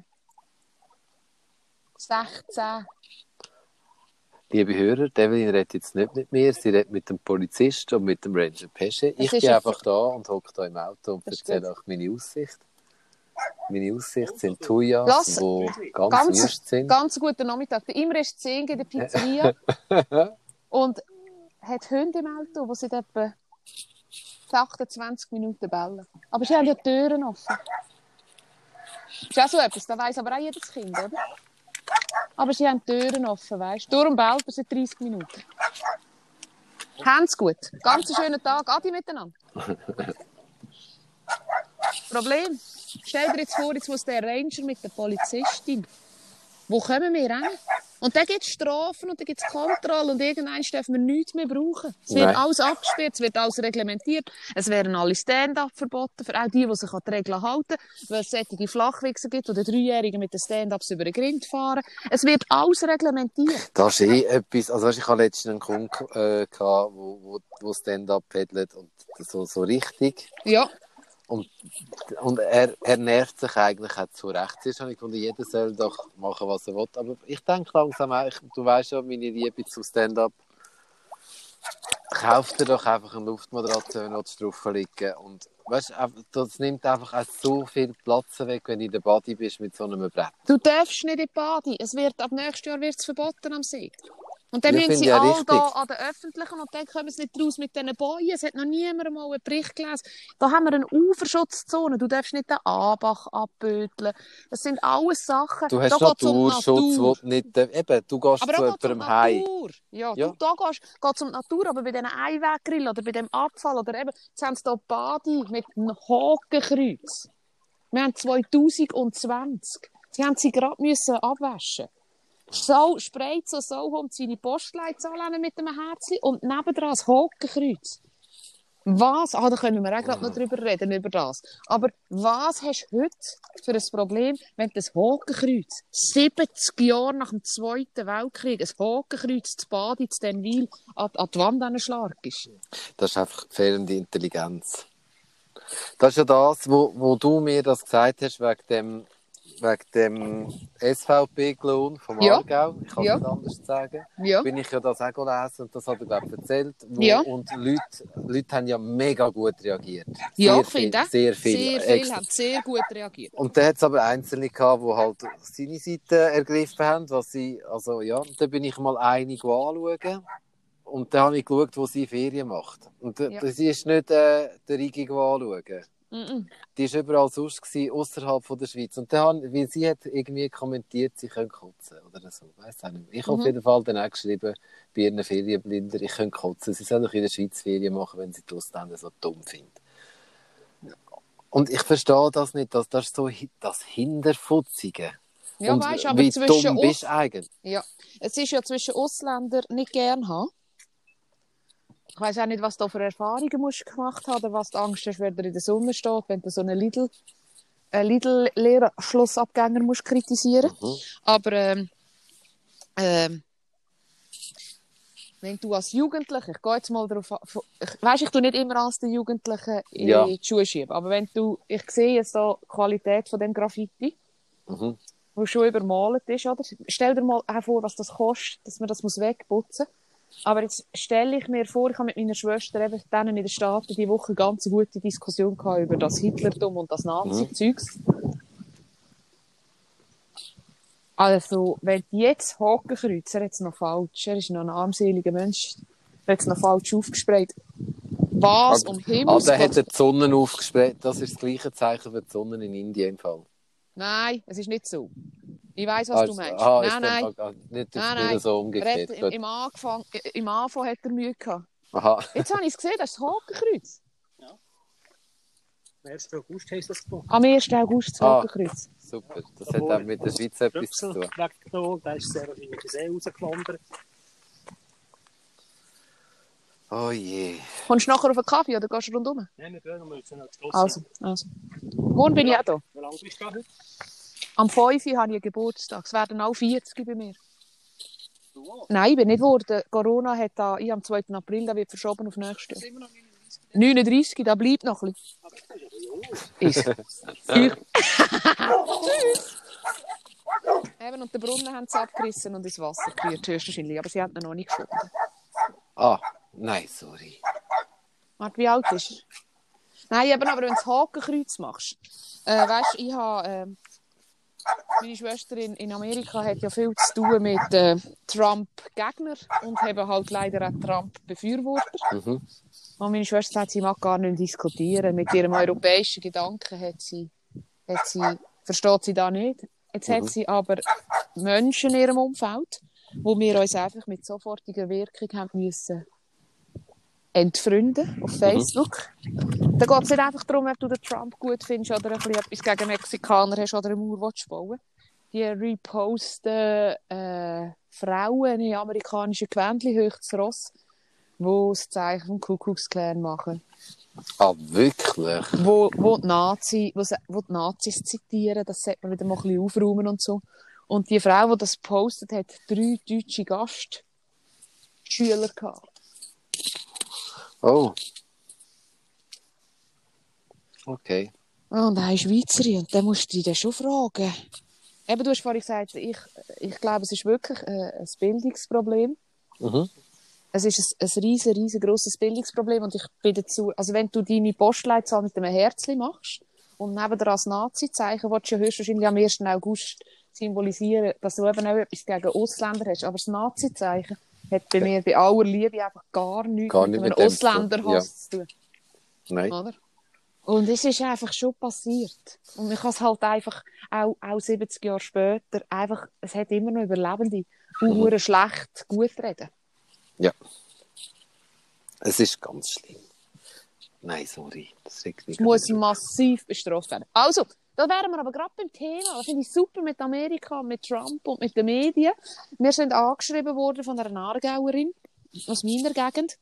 Speaker 2: sechzehn.
Speaker 1: Liebe Hörer, Evelyn redet jetzt nicht mit mir, sie redet mit dem Polizist und mit dem Ranger Pesche. Ich
Speaker 2: ist
Speaker 1: bin
Speaker 2: ja
Speaker 1: einfach da und hocke da im Auto und
Speaker 2: Das ist
Speaker 1: erzähle
Speaker 2: gut.
Speaker 1: euch meine Aussicht. Meine Aussicht sind Tuyas,
Speaker 2: Lass-
Speaker 1: die ganz,
Speaker 2: Ganz,
Speaker 1: wüst sind.
Speaker 2: ganz guten Nachmittag. Der Imre ist zehn in der Pizzeria und hat Hunde im Auto, die seit etwa achtundzwanzig Minuten bellen. Aber sie haben ja die Türen offen. Das ist auch so etwas, das weiss aber auch jedes Kind, oder? Aber sie haben die Türen offen, weißt du? Darum bellt er seit dreißig Minuten. Haben Sie gut. Ganz einen schönen Tag. Adi miteinander. Problem. Stell dir jetzt vor, jetzt muss der Ranger mit der Polizistin. Wo kommen wir hin? Und dann gibt es Strafen und dann gibt es Kontrolle und irgendwann dürfen wir nichts mehr brauchen. Es wird
Speaker 1: Nein.
Speaker 2: alles abgesperrt, es wird alles reglementiert. Es werden alle Stand-up verboten, für auch die, die sich an die Regeln halten, weil es solche Flachwichser gibt, die den Dreijährigen mit den Stand-ups über den Grind fahren. Es wird alles reglementiert.
Speaker 1: Das ist eh etwas, also weißt, ich hatte letztens einen Kunden, äh, gehabt, wo, wo, wo Stand-up pedelt und so, so richtig.
Speaker 2: Ja.
Speaker 1: Und, und er, er nervt sich eigentlich auch zu Recht. Zuerst habe ich gefunden, jeder soll doch machen, was er will. Aber ich denke langsam auch, ich, du weißt ja, meine Liebe zu Stand-up. Kauf dir doch einfach eine Luftmatratze, wenn du drauf liegen. Und weißt, das nimmt einfach auch so viel Platz weg, wenn du in der Body bist mit so einem Brett.
Speaker 2: Du darfst nicht in die Badi. Es wird, ab nächstes Jahr wird es verboten am See. Und dann
Speaker 1: Ja,
Speaker 2: müssen
Speaker 1: finde
Speaker 2: sie
Speaker 1: ich auch
Speaker 2: alle
Speaker 1: richtig.
Speaker 2: da an den Öffentlichen und dann kommen sie nicht raus mit diesen Bojen. Es hat noch niemand mal einen Bericht gelesen. Da haben wir eine Uferschutzzone. Du darfst nicht den Anbach abbödeln. Das sind alles Sachen.
Speaker 1: Du hast
Speaker 2: da geht's um
Speaker 1: Naturschutz,
Speaker 2: Natur.
Speaker 1: wo du nicht... Äh, eben, du gehst
Speaker 2: Aber
Speaker 1: zu
Speaker 2: da geht es um
Speaker 1: jemandem heim.
Speaker 2: Natur. Ja,
Speaker 1: Ja.
Speaker 2: Du, da gehst, geht's um die Natur, aber bei diesen Einweggrillen oder bei dem Abfall oder eben, jetzt haben sie hier Badi mit einem Hakenkreuz. Wir haben zwanzig zwanzig. Sie haben sie gerade müssen abwaschen. So sprayt so Sauhund seine Postleitzahl an mit einem Herzchen und nebendran das Hakenkreuz. Was? Ah, da können wir auch gerade noch drüber reden, über das. Aber was hast du heute für ein Problem, wenn das Hakenkreuz siebzig Jahre nach dem Zweiten Weltkrieg ein Hakenkreuz zu Bad in Denwil an, an die Wand anschlägst?
Speaker 1: Das ist einfach fehlende Intelligenz. Das ist ja das, wo, wo du mir das gesagt hast, wegen dem, wegen dem S V P-Klon vom
Speaker 2: Ja.
Speaker 1: Aargau. Ich kann es
Speaker 2: Ja.
Speaker 1: nicht anders sagen.
Speaker 2: Ja.
Speaker 1: Bin ich ja das auch gelesen und das hat er, glaube ich, erzählt. Wo,
Speaker 2: Ja.
Speaker 1: Und Leute, Leute haben ja mega gut reagiert.
Speaker 2: Ja,
Speaker 1: sehr
Speaker 2: ich
Speaker 1: viel,
Speaker 2: finde auch.
Speaker 1: sehr viel.
Speaker 2: Sehr viel
Speaker 1: extra.
Speaker 2: haben sehr gut reagiert.
Speaker 1: Und dann hat es aber Einzelne gehabt, die halt seine Seite ergriffen haben, was sie, also ja, da bin ich mal einig anschauen. Und dann habe ich geschaut, wo sie Ferien macht. Und
Speaker 2: Ja.
Speaker 1: ja. sie ist nicht äh, der Rigi anschauen.
Speaker 2: Mm-mm.
Speaker 1: Die war überall sonst gewesen, außerhalb von der Schweiz. Und dann, haben- weil sie hat irgendwie kommentiert, sie können kotzen oder so. Weiss auch nicht. Ich habe
Speaker 2: Mhm.
Speaker 1: auf jeden Fall dann auch geschrieben, bei ihren Ferienblinder, ich kann kotzen. Sie sollen doch in der Schweiz Ferien machen, wenn sie die Ausländer so dumm finden. Und ich verstehe das nicht, dass das so hi- das Hinterfutzige.
Speaker 2: Ja,
Speaker 1: Und
Speaker 2: weisst, aber
Speaker 1: wie
Speaker 2: zwischen
Speaker 1: dumm
Speaker 2: uns-
Speaker 1: bist du eigentlich?
Speaker 2: Ja, es ist ja zwischen Ausländern nicht gern haben. Ich weiss auch nicht, was du für Erfahrungen musst gemacht haben oder was du Angst hast, wenn du in der Sonne steht, wenn du so einen Lidl, einen Lidl-Lehrschlussabgänger musst kritisieren.
Speaker 1: Mhm.
Speaker 2: Aber ähm, ähm, wenn du als Jugendlicher, ich gehe jetzt mal darauf an, ich weiss, ich tue nicht immer als den Jugendlichen in
Speaker 1: Ja.
Speaker 2: die Schuhe schieben, aber wenn du, ich sehe jetzt so die Qualität von dem Graffiti,
Speaker 1: Mhm.
Speaker 2: wo schon übermalt ist, oder? Stell dir mal auch vor, was das kostet, dass man das muss wegputzen muss. Aber jetzt stelle ich mir vor, ich habe mit meiner Schwester eben denen in den Staaten die Woche eine ganz gute Diskussion gehabt über das Hitlertum und das Nazi-Zeugs. Also, wenn du jetzt Hakenkreuz, er hat es noch falsch, er ist noch ein armseliger Mensch, er hat es noch falsch aufgesprayt. Was um
Speaker 1: Ah,
Speaker 2: Himmels
Speaker 1: der hat
Speaker 2: Willen?
Speaker 1: die Sonne aufgesprayt. Das ist das gleiche Zeichen für die Sonne in Indien im Fall.
Speaker 2: Nein, es ist nicht so. Ich weiss, was
Speaker 1: Ah,
Speaker 2: du
Speaker 1: ist-
Speaker 2: meinst.
Speaker 1: aha,
Speaker 2: nein,
Speaker 1: ist
Speaker 2: nein.
Speaker 1: dem- ah, nicht,
Speaker 2: Nein,
Speaker 1: nicht
Speaker 2: nein.
Speaker 1: so
Speaker 2: Er
Speaker 1: umgekehrt.
Speaker 2: hat, im,
Speaker 1: Gut.
Speaker 2: im, Anfang, Im Anfang hat er Mühe gehabt.
Speaker 1: Aha.
Speaker 2: Jetzt habe ich es gesehen, das ist das Hakenkreuz.
Speaker 3: Am ersten August heisst das gekommen.
Speaker 2: Am ersten August das
Speaker 1: Ah.
Speaker 2: Hakenkreuz.
Speaker 1: Super. Das hat auch mit der Schweiz etwas zu
Speaker 3: Rüpsel
Speaker 1: tun.
Speaker 3: weggenommen, der ist sehr in die See rausgewandert.
Speaker 1: Oh je.
Speaker 2: Kommst du nachher auf einen Kaffee oder gehst du rundum?
Speaker 3: Nein, wir gehen noch mal zu einem Schluss.
Speaker 2: Also, also. Morgen bin ich auch da.
Speaker 3: Wie lange bist du da heute?
Speaker 2: Am fünf Uhr habe ich einen Geburtstag. Es werden auch vierzig bei mir.
Speaker 3: Du auch?
Speaker 2: Nein, ich bin nicht geworden. Corona hat da, ich am zweiten April, da wird verschoben auf nächstes Jahr. neununddreißig, da bleibt noch ein bisschen.
Speaker 3: Aber das ist ja jung.
Speaker 2: Ist. Ich. Tschüss. Eben, und den Brunnen haben sie abgerissen und ins Wasser geführt, höchstwahrscheinlich. Aber sie haben ihn noch nicht gefunden.
Speaker 1: Ah, nein, sorry.
Speaker 2: Warte, wie alt ist er? Nein, eben, aber wenn du das Hakenkreuz machst. Äh, weißt du, ich habe... Äh, meine Schwester in, in Amerika hat ja viel zu tun mit äh, Trump-Gegner und eben halt leider auch Trump-Befürworter.
Speaker 1: Mhm.
Speaker 2: Und meine Schwester sagt, sie mag gar nicht diskutieren. Mit ihrem europäischen Gedanken hat sie, hat sie, versteht sie da nicht. Jetzt
Speaker 1: Mhm.
Speaker 2: hat sie aber Menschen in ihrem Umfeld, wo wir uns einfach mit sofortiger Wirkung haben müssen entfreunden auf Facebook. Mhm. Da geht es nicht einfach darum, ob du den Trump gut findest oder ein bisschen etwas gegen Mexikaner hast oder eine Mauer willst bauen. Die reposten äh, Frauen in amerikanischen Gewändchen, höchst Ross, die das Zeichen vom Ku Klux Klan machen.
Speaker 1: Ah, wirklich?
Speaker 2: Wo, wo, die Nazi, wo, wo die Nazis zitieren, das sollte man wieder mal ein bisschen aufräumen und so. Und die Frau, die das postet, hat drei deutsche Gastschüler gehabt.
Speaker 1: Oh. Okay.
Speaker 2: Und eine Schweizerin, und dann musst du dich dann schon fragen. Eben, du hast vorhin gesagt, ich, ich glaube, es ist wirklich äh, ein Bildungsproblem.
Speaker 1: Mhm.
Speaker 2: Es ist ein, ein riesen, riesengroßes Bildungsproblem und ich bin dazu, also wenn du deine Postleitzahl mit einem Herzchen machst und neben dir als Nazi-Zeichen willst du höchstwahrscheinlich am ersten August symbolisieren, dass du eben auch etwas gegen Ausländer hast. Aber das Nazi-Zeichen hat bei mir bei aller Liebe einfach gar nichts
Speaker 1: gar
Speaker 2: mit
Speaker 1: nicht
Speaker 2: einem
Speaker 1: mit
Speaker 2: Ausländerhass zu tun.
Speaker 1: Nein.
Speaker 2: Oder? Und es ist einfach schon passiert. Und ich kann es halt einfach, auch, auch siebzig Jahre später, einfach, es hat immer noch Überlebende, die mhm. schlecht gut reden.
Speaker 1: Ja. Es ist ganz schlimm. Nein, sorry. Das
Speaker 2: es muss massiv bestraft werden. Also, da wären wir aber gerade beim Thema. Das finde ich super mit Amerika, mit Trump und mit den Medien. Wir sind angeschrieben worden von einer Aargauerin aus meiner Gegend,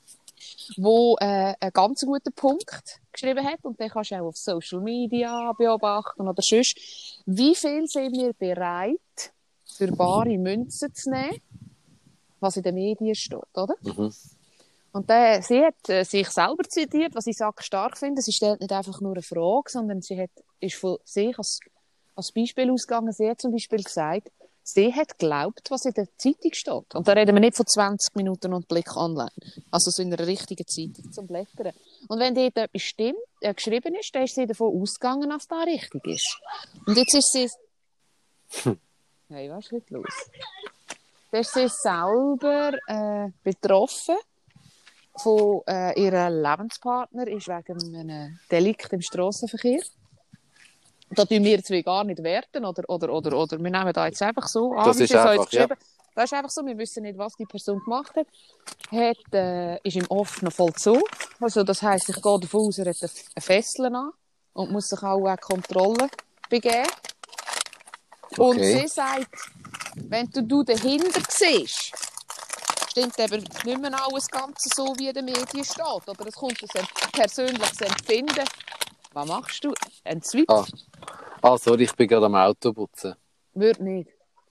Speaker 2: wo äh, einen ganz guten Punkt geschrieben hat. Und den kannst du auch auf Social Media beobachten oder sonst. Wie viel sind wir bereit, für bare Münzen zu nehmen, was in den Medien steht, oder?
Speaker 1: Mhm.
Speaker 2: Und äh, sie hat äh, sich selber zitiert, was ich stark finde. Sie stellt nicht einfach nur eine Frage, sondern sie hat, ist von sich als, als Beispiel ausgegangen. Sie hat zum Beispiel gesagt, sie hat geglaubt, was in der Zeitung steht. Und da reden wir nicht von zwanzig Minuten und Blick online. Also so in einer richtigen Zeitung zum Blättern. Und wenn dort etwas stimmt, äh, geschrieben ist, dann ist sie davon ausgegangen, dass das richtig ist. Und jetzt ist sie...
Speaker 1: Hm.
Speaker 2: Hey, was ist heute los? Dann ist sie selber äh, betroffen von äh, ihrem Lebenspartner, ist wegen einem Delikt im Strassenverkehr. Da tun wir zwei gar nicht werten, oder, oder, oder, oder wir nehmen da jetzt einfach so an,
Speaker 1: das
Speaker 2: wie
Speaker 1: ist
Speaker 2: sie es
Speaker 1: einfach,
Speaker 2: uns geschrieben. Ja. Das ist einfach so, wir wissen nicht, was die Person gemacht hat. hat äh, ist im offenen Vollzug. Also das heisst, ich gehe davon aus, er hat eine Fessel an und muss sich auch eine Kontrolle begeben. Okay. Und sie sagt, wenn du, du dahinter siehst, stimmt eben nicht mehr alles Ganze so, wie in den Medien steht. Oder es kommt aus einem persönlichen Empfinden. Was machst du? Ein Zwiebel?
Speaker 1: Ah. ah, sorry, ich bin gerade am Auto putzen.
Speaker 2: Würde nicht.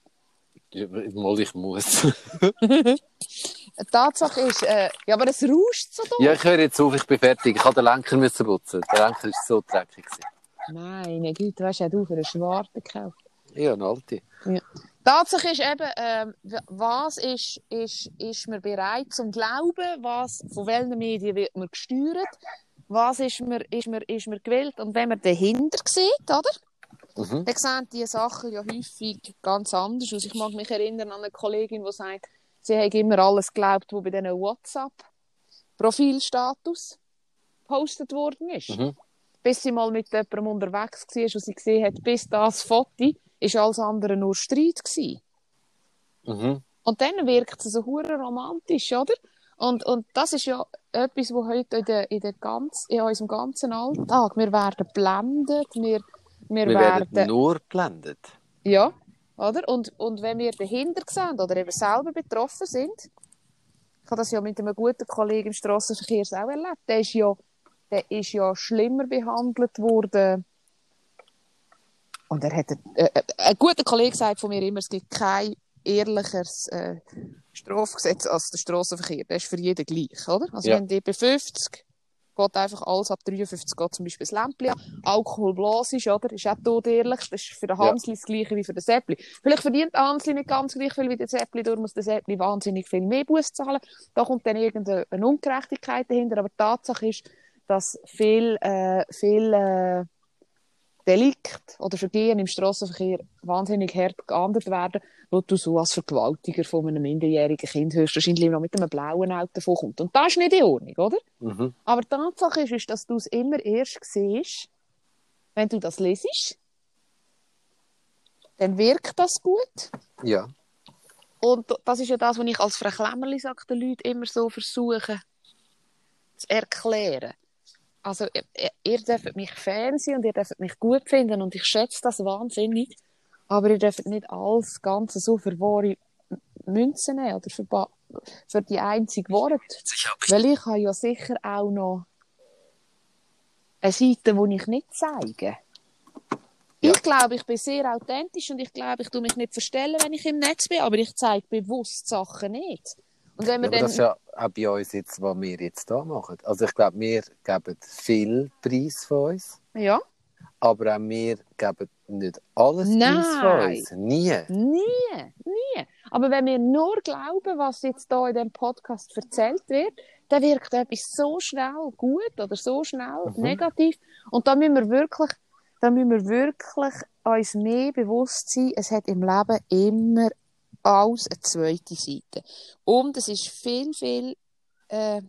Speaker 1: Mal, ich muss.
Speaker 2: Die Tatsache ist, äh, ja, aber es rauscht so dumm.
Speaker 1: Ja, ich höre jetzt auf, ich bin fertig. Ich musste den Lenker müssen putzen. Der Lenker war so dreckig.
Speaker 2: Meine Güte, weißt du für einen Schwarzen gekauft?
Speaker 1: Ja, eine alte.
Speaker 2: Ja. Tatsache ist eben, ähm, was ist, ist, ist man bereit zum Glauben, was, von welchen Medien wird man gesteuert, was ist man, ist man, ist man gewillt. Und wenn man dahinter sieht, oder? Mhm. Dann sehen diese Sachen ja häufig ganz anders aus. Ich mag mich erinnern an eine Kollegin, die sagt, sie hat immer alles geglaubt, was bei diesen WhatsApp-Profilstatus gepostet worden ist. Mhm. Bis sie mal mit jemandem unterwegs war und sie gesehen hat, bis das Foto ist alles andere nur Streit gewesen. Mhm. Und dann wirkt es so hure romantisch, oder? Und, und das ist ja etwas, was heute in, der, in, der ganz, in unserem ganzen Alltag, wir werden blendet, wir, wir,
Speaker 1: wir
Speaker 2: werden,
Speaker 1: werden nur blendet.
Speaker 2: Ja, oder? Und, und wenn wir dahinter sehen oder eben selber betroffen sind, ich habe das ja mit einem guten Kollegen im Strassenverkehr auch erlebt, der ist ja, der ist ja schlimmer behandelt worden. Und er hat, äh, äh, ein guter Kollege sagt von mir immer, es gibt kein ehrlicheres äh, Strafgesetz als der Strassenverkehr. Das ist für jeden gleich, oder? Also ja. Wenn die bei fünfzig geht einfach alles ab dreiundfünfzig geht zum Beispiel das Lämpchen an. Alkohol blass ist, oder? Ist auch todehrlich. Das ist für den Hansli ja. das Gleiche wie für den Seppli. Vielleicht verdient der Hansli nicht ganz gleich viel wie der Seppli, darum muss der Seppli wahnsinnig viel mehr Buß zahlen. Da kommt dann irgendeine Ungerechtigkeit dahinter. Aber die Tatsache ist, dass viel, äh, viel äh, Delikt oder Vergehen im Strassenverkehr wahnsinnig hart geahndet werden, wo du so als Vergewaltiger von einem minderjährigen Kind höchstwahrscheinlich noch mit einem blauen Auto davonkommst. Und das ist nicht in Ordnung, oder? Mhm. Aber die Tatsache ist, ist, dass du es immer erst siehst, wenn du das lesest, dann wirkt das gut.
Speaker 1: Ja.
Speaker 2: Und das ist ja das, was ich als Frau Klemmerli sage, den Leuten immer so versuche zu erklären. Also, ihr, ihr dürft mich Fan sein und ihr dürft mich gut finden und ich schätze das wahnsinnig. Aber ihr dürft nicht alles Ganze so für wahre Münzen nehmen oder für, ba- für die einzige Worte. Weil ich habe ja sicher auch noch eine Seite, die ich nicht zeige.
Speaker 1: Ja.
Speaker 2: Ich glaube, ich bin sehr authentisch und ich glaube, ich tue mich nicht verstellen, wenn ich im Netz bin, aber ich zeige bewusst Sachen nicht. Und wenn
Speaker 1: Ja,
Speaker 2: wir
Speaker 1: aber
Speaker 2: dann...
Speaker 1: das ist ja auch bei uns jetzt, was wir jetzt hier machen. Also ich glaube, wir geben viel Preis von uns,
Speaker 2: Ja?
Speaker 1: aber auch wir geben nicht alles Preis von
Speaker 2: Nein.
Speaker 1: uns. Nie.
Speaker 2: Nie, nie. Aber wenn wir nur glauben, was jetzt hier in diesem Podcast erzählt wird, dann wirkt etwas so schnell gut oder so schnell
Speaker 1: Mhm.
Speaker 2: negativ. Und da müssen wir wirklich, da müssen wir wirklich uns mehr bewusst sein, es hat im Leben immer alles eine zweite Seite. Und es ist viel, viel äh,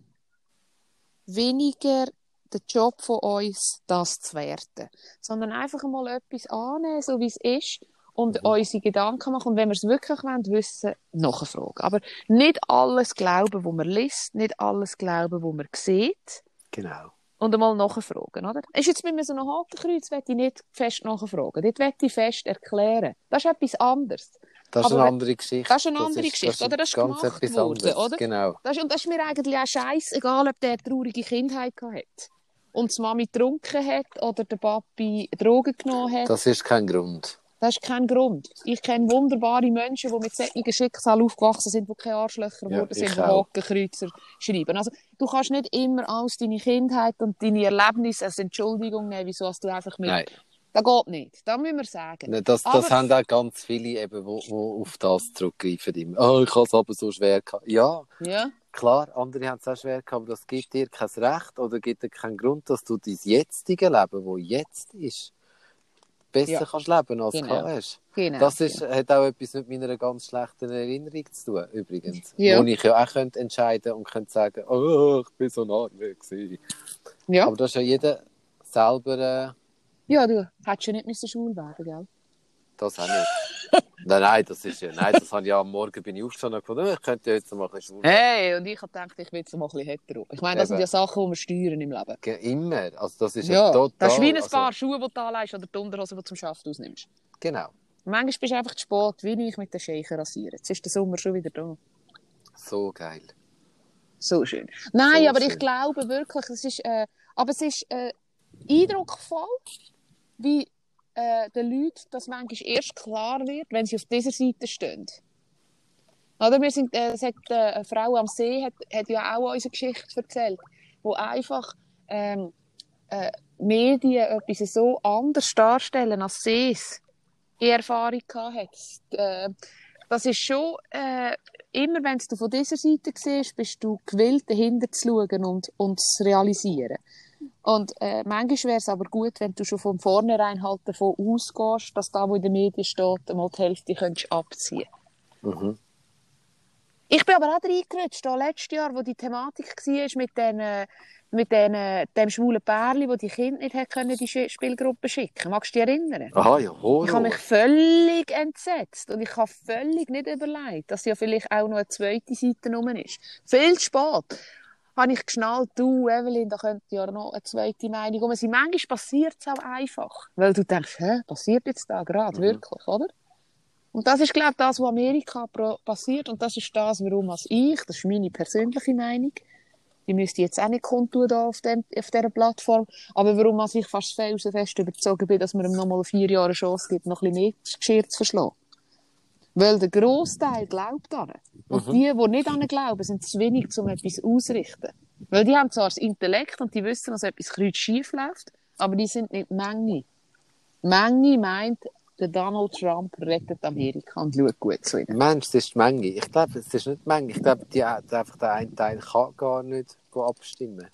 Speaker 2: weniger der Job von uns, das zu werten. Sondern einfach mal etwas annehmen, so wie es ist, und
Speaker 1: Mhm.
Speaker 2: unsere Gedanken machen. Und wenn wir es wirklich wollen, wissen, nachfragen. Aber nicht alles glauben, was man liest, nicht alles glauben, was man sieht.
Speaker 1: Genau.
Speaker 2: Und einmal nachfragen, oder? Ist jetzt bei mir so ein Hakenkreuz, will ich nicht fest nachfragen. Dort will ich fest erklären. Das ist etwas anderes.
Speaker 1: Das ist
Speaker 2: Aber
Speaker 1: eine
Speaker 2: wenn-
Speaker 1: andere Geschichte.
Speaker 2: Das ist eine andere
Speaker 1: ist-
Speaker 2: Geschichte, oder? Das ist
Speaker 1: ganz
Speaker 2: gemacht
Speaker 1: etwas
Speaker 2: worden,
Speaker 1: anderes.
Speaker 2: oder?
Speaker 1: Genau.
Speaker 2: Das ist, und das ist mir eigentlich auch scheißegal, ob der eine traurige Kindheit hatte. Und die Mami getrunken hat oder der Papi Drogen genommen hat.
Speaker 1: Das ist kein Grund.
Speaker 2: Das ist kein Grund. Ich kenne wunderbare Menschen, die mit solchen Schicksalen aufgewachsen sind, die keine Arschlöcher
Speaker 1: Ja,
Speaker 2: geworden sind,
Speaker 1: ich
Speaker 2: die
Speaker 1: auch.
Speaker 2: Hakenkreuzer schreiben. Also, du kannst nicht immer alles deine Kindheit und deine Erlebnisse als Entschuldigung nehmen, wieso hast du einfach mit...
Speaker 1: Nein.
Speaker 2: Das geht nicht. Das müssen wir sagen.
Speaker 1: Nein, Das, das
Speaker 2: Aber-
Speaker 1: haben auch ganz viele, eben, wo, wo auf das zurückgreifen. Immer. Oh, ich habe es aber so schwer gehabt. Ja,
Speaker 2: Ja,
Speaker 1: klar, andere haben es auch schwer gehabt, aber das gibt dir kein Recht oder gibt dir keinen Grund, dass du dein jetzige Leben, das jetzt ist, besser
Speaker 2: Ja.
Speaker 1: kannst leben als
Speaker 2: Genau.
Speaker 1: gehabt hast.
Speaker 2: genau.
Speaker 1: Das ist, hat auch etwas mit meiner ganz schlechten Erinnerung zu tun, übrigens.
Speaker 2: Ja.
Speaker 1: Wo ich ja auch könnte entscheiden und könnte sagen, oh, ich bin so nah gewesen.
Speaker 2: ja.
Speaker 1: Aber das ist ja jeder selber, äh,
Speaker 2: Ja, du hättest ja nicht müssen schwul werden, gell?
Speaker 1: das auch nicht. nein, nein, das ist ja, nein, das habe ich ja am Morgen bin ich aufgestanden und gedacht, oh, ich könnte ja jetzt mal ein bisschen schwul werden.
Speaker 2: Hey, und ich habe gedacht, ich will jetzt mal ein bisschen hetero. Ich meine, das
Speaker 1: Eben.
Speaker 2: sind ja Sachen, die wir steuern im Leben.
Speaker 1: Ge- Immer. Also das ist ja,
Speaker 2: Ja,
Speaker 1: total.
Speaker 2: das ist wie ein
Speaker 1: also,
Speaker 2: paar Schuhe, die du anlegst oder die Unterhose, die du zum Schaft ausnimmst.
Speaker 1: Genau.
Speaker 2: Manchmal bist du einfach zu spät, wie ich mit den Scheichen rasieren. Jetzt ist der Sommer schon wieder da.
Speaker 1: So geil.
Speaker 2: So schön. Nein,
Speaker 1: So
Speaker 2: aber
Speaker 1: schön.
Speaker 2: ich glaube wirklich, es ist, äh, aber es ist äh, eindrucksvoll, wie äh, den Leuten das manchmal erst klar wird, wenn sie auf dieser Seite stehen. Oder wir sind, äh, es hat, äh, eine Frau am See hat, hat ja auch unsere Geschichte erzählt, wo einfach ähm, äh, Medien etwas so anders darstellen, als sie es in Erfahrung gehabt hat. Äh, das ist schon, äh, immer wenn du von dieser Seite siehst, bist du gewillt, dahinter zu schauen und, und zu realisieren. Und äh, manchmal wäre es aber gut, wenn du schon von vornherein halt davon ausgehst, dass da, wo in den Medien steht, einmal die Hälfte könntest abziehen.
Speaker 1: Mhm.
Speaker 2: Ich bin aber auch reingerutscht, da letztes Jahr, wo die Thematik war mit, den, äh, mit den, äh, dem schwulen Pärchen, wo die Kinder nicht hat können, die Sch- Spielgruppe schicken. Magst du dich erinnern?
Speaker 1: Aha, ja, Horror.
Speaker 2: Ich habe mich völlig entsetzt und ich habe völlig nicht überlegt, dass ja vielleicht auch noch eine zweite Seite rum ist. Viel zu spät habe ich geschnallt, du, Evelyn, da könnte ja noch eine zweite Meinung rum sein. Manchmal passiert es auch einfach, weil du denkst, hä, passiert jetzt da gerade,
Speaker 1: Mhm.
Speaker 2: wirklich, oder? Und das ist, glaube ich, das, was Amerika pro- passiert und das ist das, warum als ich, das ist meine persönliche Meinung, die müsste ich jetzt auch nicht kundtun da auf, dem, auf dieser Plattform, aber warum als ich fast felsenfest überzogen bin, dass man ihm noch mal vier Jahre eine Chance gibt, noch ein bisschen mehr Geschirr zu verschlagen. Weil der Grossteil glaubt daran. Und
Speaker 1: Mhm.
Speaker 2: die, die nicht daran glauben, sind zu wenig, um etwas auszurichten. Weil die haben zwar das Intellekt und die wissen, dass etwas kreuz schief läuft, aber die sind nicht die Menge. Die Menge meint, der Donald Trump rettet Amerika und schaut gut zu ihnen.
Speaker 1: Mensch, das ist die Menge. Ich glaube, es ist nicht die Menge. Ich glaube, die, einfach der eine Teil kann gar nicht abstimmen.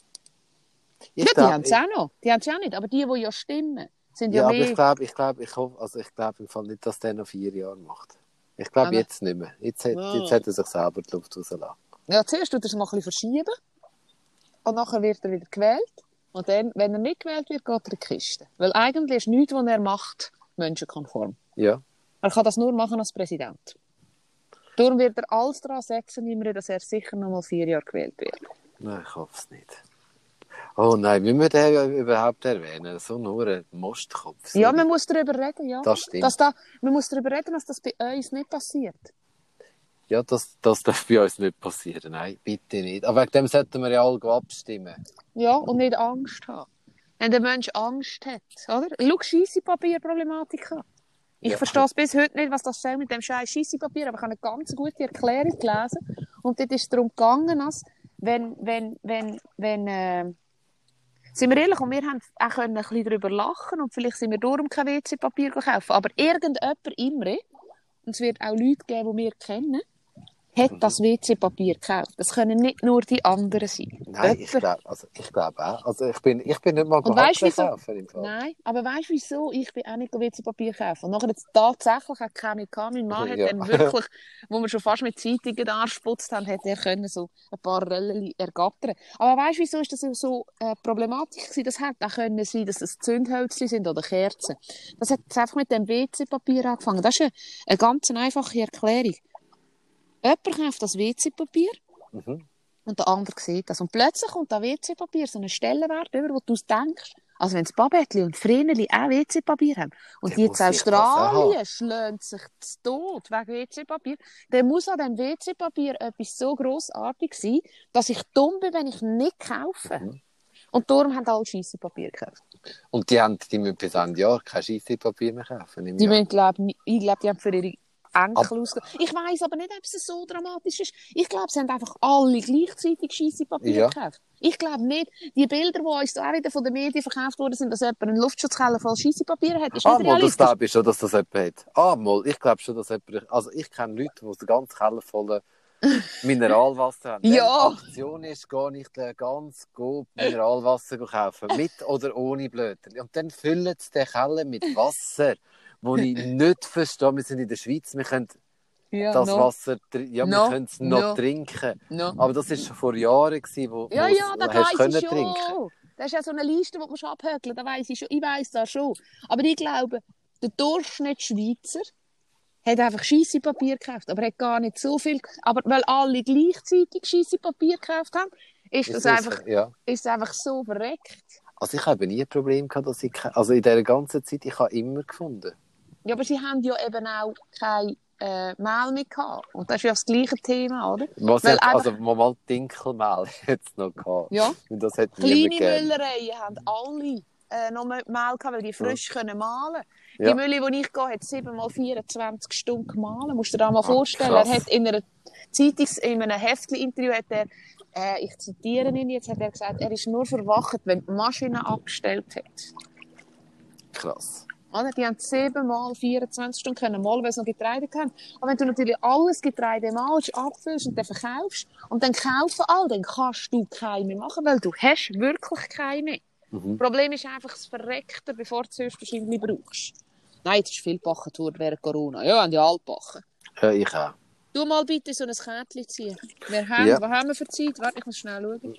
Speaker 1: Ich
Speaker 2: Ja, die
Speaker 1: glaub,
Speaker 2: haben es auch noch. Die haben es auch nicht. Aber die, die ja stimmen, sind ja,
Speaker 1: Ja, aber
Speaker 2: mehr...
Speaker 1: ich glaube, ich glaube, ich hoffe, also ich glaube im Fall nicht, dass der noch vier Jahre macht. Ich glaube
Speaker 2: Aber-
Speaker 1: jetzt nicht mehr. Jetzt hat,
Speaker 2: Ah.
Speaker 1: jetzt hat er sich selber die Luft rausgelassen.
Speaker 2: Ja, zuerst tut er es mal ein bisschen verschieben. Und nachher wird er wieder gewählt. Und dann, wenn er nicht gewählt wird, geht er in die Kiste. Weil eigentlich ist nichts, was er macht, menschenkonform.
Speaker 1: Ja.
Speaker 2: Er kann das nur machen als Präsident. Darum wird er alles daran setzen, immer, dass er sicher noch mal vier Jahre gewählt wird.
Speaker 1: Nein, ich hoffe es nicht. Oh nein, wie wir den ja überhaupt erwähnen? So nur ein Mostkopf.
Speaker 2: Ja,
Speaker 1: sorry.
Speaker 2: man muss darüber reden, ja.
Speaker 1: Das stimmt.
Speaker 2: Dass da, man muss darüber reden, dass das bei uns nicht passiert.
Speaker 1: Ja, das, das darf bei uns nicht passieren. Nein, bitte nicht. Aber wegen dem sollten wir ja alle abstimmen.
Speaker 2: Ja, und nicht Angst haben. Wenn der Mensch Angst hat, oder? Schau, Scheissepapierproblematik an. Ich
Speaker 1: Ja.
Speaker 2: verstehe es bis heute nicht, was das soll mit dem scheiß Scheissepapier, aber ich habe eine ganz gute Erklärung gelesen. Und dort ist es darum gegangen, dass, wenn, wenn, wenn, wenn, äh, sind wir ehrlich, und wir haben auch können ein bisschen darüber lachen und vielleicht sind wir darum kein W C-Papier kaufen, aber irgendjemand immer, und es wird auch Leute geben, die wir kennen, hat das W C-Papier gekauft. Das können nicht nur die anderen sein.
Speaker 1: Nein, ich
Speaker 2: Jemand-
Speaker 1: glaube also, ich glaub auch. Also ich bin, ich bin nicht mal
Speaker 2: Und weißt du,
Speaker 1: Hacken
Speaker 2: wieso?
Speaker 1: kaufen im Fall.
Speaker 2: Nein, aber weißt du wieso? Ich bin auch nicht W C-Papier kaufen. Und nachher jetzt tatsächlich auch keine gehabt. Mein Mann hat
Speaker 1: Ja.
Speaker 2: dann wirklich, wo wir schon fast mit Zeitungen ansputzt haben, hat er können so ein paar Röllchen ergattern. Aber weißt du, wieso ist das so eine Problematik gewesen? Das hätte auch können sein, dass es Zündhölzchen sind oder Kerzen. Das hat jetzt einfach mit dem W C-Papier angefangen. Das ist eine, eine ganz einfache Erklärung. Jemand kauft das W C-Papier.
Speaker 1: Mhm.
Speaker 2: Und der andere sieht das. Und plötzlich kommt das W C-Papier so einen Stellenwert über, wo du denkst, also wenn das Babettli und Vreneli auch W C-Papier haben und
Speaker 1: Dann
Speaker 2: die in
Speaker 1: muss ich das auch
Speaker 2: Australien schlönt sich zu Tod wegen W C-Papier, dann muss an dem W C-Papier etwas so grossartig sein, dass ich dumm bin, wenn ich nicht kaufe.
Speaker 1: Mhm.
Speaker 2: Und darum haben alle Scheissepapier gekauft.
Speaker 1: Und die, haben, die müssen bis Ende Jahr kein Scheissepapier mehr kaufen. im
Speaker 2: Die
Speaker 1: Jahr.
Speaker 2: müssen, glaub, nie- ich glaube, die haben für ihre Enkel
Speaker 1: Ab-
Speaker 2: ausgegeben. Ich weiss aber nicht, ob es so dramatisch ist. Ich glaube, sie haben einfach alle gleichzeitig Scheissepapier
Speaker 1: Ja.
Speaker 2: gekauft. Ich glaube nicht. Die Bilder, die uns da auch wieder von den Medien verkauft worden sind, dass jemand einen Luftschutzkeller voll Scheissepapier hat, ist
Speaker 1: Ah,
Speaker 2: nicht
Speaker 1: mal, das
Speaker 2: realistisch.
Speaker 1: glaube ich schon, dass das jemand hat. Ah, mal, ich glaube schon, dass jemand... Also ich kenne Leute, die den ganzen Keller voll Mineralwasser haben.
Speaker 2: Ja.
Speaker 1: Wenn Aktion ist, gehe ich den ganz gut Mineralwasser kaufen. Mit oder ohne Blöter. Und dann füllen sie den Keller mit Wasser, wo ich nicht verstehe. Wir sind in der Schweiz, wir können
Speaker 2: Ja,
Speaker 1: das
Speaker 2: no.
Speaker 1: Wasser... tr- Ja, wir
Speaker 2: No.
Speaker 1: können es noch
Speaker 2: No.
Speaker 1: trinken.
Speaker 2: No.
Speaker 1: Aber das war schon vor Jahren, gewesen, wo
Speaker 2: Ja,
Speaker 1: wo
Speaker 2: ja,
Speaker 1: es-
Speaker 2: da
Speaker 1: hast
Speaker 2: weiss
Speaker 1: können
Speaker 2: ich schon.
Speaker 1: trinken.
Speaker 2: Das ist ja so eine Liste, die man schon abhökeln. Da weiss ich schon. Ich weiss das schon. Aber ich glaube, der Durchschnittsschweizer hat einfach Scheissepapier gekauft, aber hat gar nicht so viel. Aber weil alle gleichzeitig Scheissepapier gekauft haben, ist,
Speaker 1: Ist
Speaker 2: das
Speaker 1: das-
Speaker 2: einfach,
Speaker 1: ja.
Speaker 2: ist das einfach so verreckt.
Speaker 1: Also ich habe nie ein Problem gehabt, dass ich... ke- Also in dieser ganzen Zeit, ich habe immer gefunden.
Speaker 2: Ja, aber sie haben ja eben auch kein äh, Mehl mehr gehabt. Und das ist ja das gleiche Thema, oder?
Speaker 1: Was
Speaker 2: Weil
Speaker 1: hat,
Speaker 2: einfach-
Speaker 1: also mal Dinkelmehl jetzt noch gehabt.
Speaker 2: Ja.
Speaker 1: Und das hat
Speaker 2: Kleine
Speaker 1: niemand gegeben.
Speaker 2: Müllereien haben alle äh, noch Mehl gehabt, weil die frisch können mahlen.
Speaker 1: Ja.
Speaker 2: Die Mühle, wo ich gehe, hat sieben mal vierundzwanzig Stunden gemahlen. Musst du dir das mal
Speaker 1: Ah,
Speaker 2: vorstellen.
Speaker 1: krass.
Speaker 2: Er hat in einer Zeitungs-, in einem Heftli-Interview hat er, äh, ich zitiere ihn jetzt, hat er gesagt, er ist nur verwacht, wenn die Maschine abgestellt hat.
Speaker 1: Krass.
Speaker 2: Oder? Die haben sieben mal vierundzwanzig Stunden können malen, weil sie noch Getreide haben. Aber wenn du natürlich alles Getreide malst, abfüllst und dann verkaufst und dann kaufen alle, dann kannst du keine mehr machen, weil du hast wirklich keine.
Speaker 1: Mhm.
Speaker 2: Das Problem ist einfach das Verreckte, bevor du es höchstwahrscheinlich brauchst. Nein, jetzt ist viel gebacken worden während Corona. Ja, haben die alle gebacken.
Speaker 1: Ja, ich auch.
Speaker 2: Du mal bitte so ein Kärtchen ziehen. Wir haben,
Speaker 1: Ja.
Speaker 2: Was haben wir für Zeit? Warte, ich muss schnell schauen.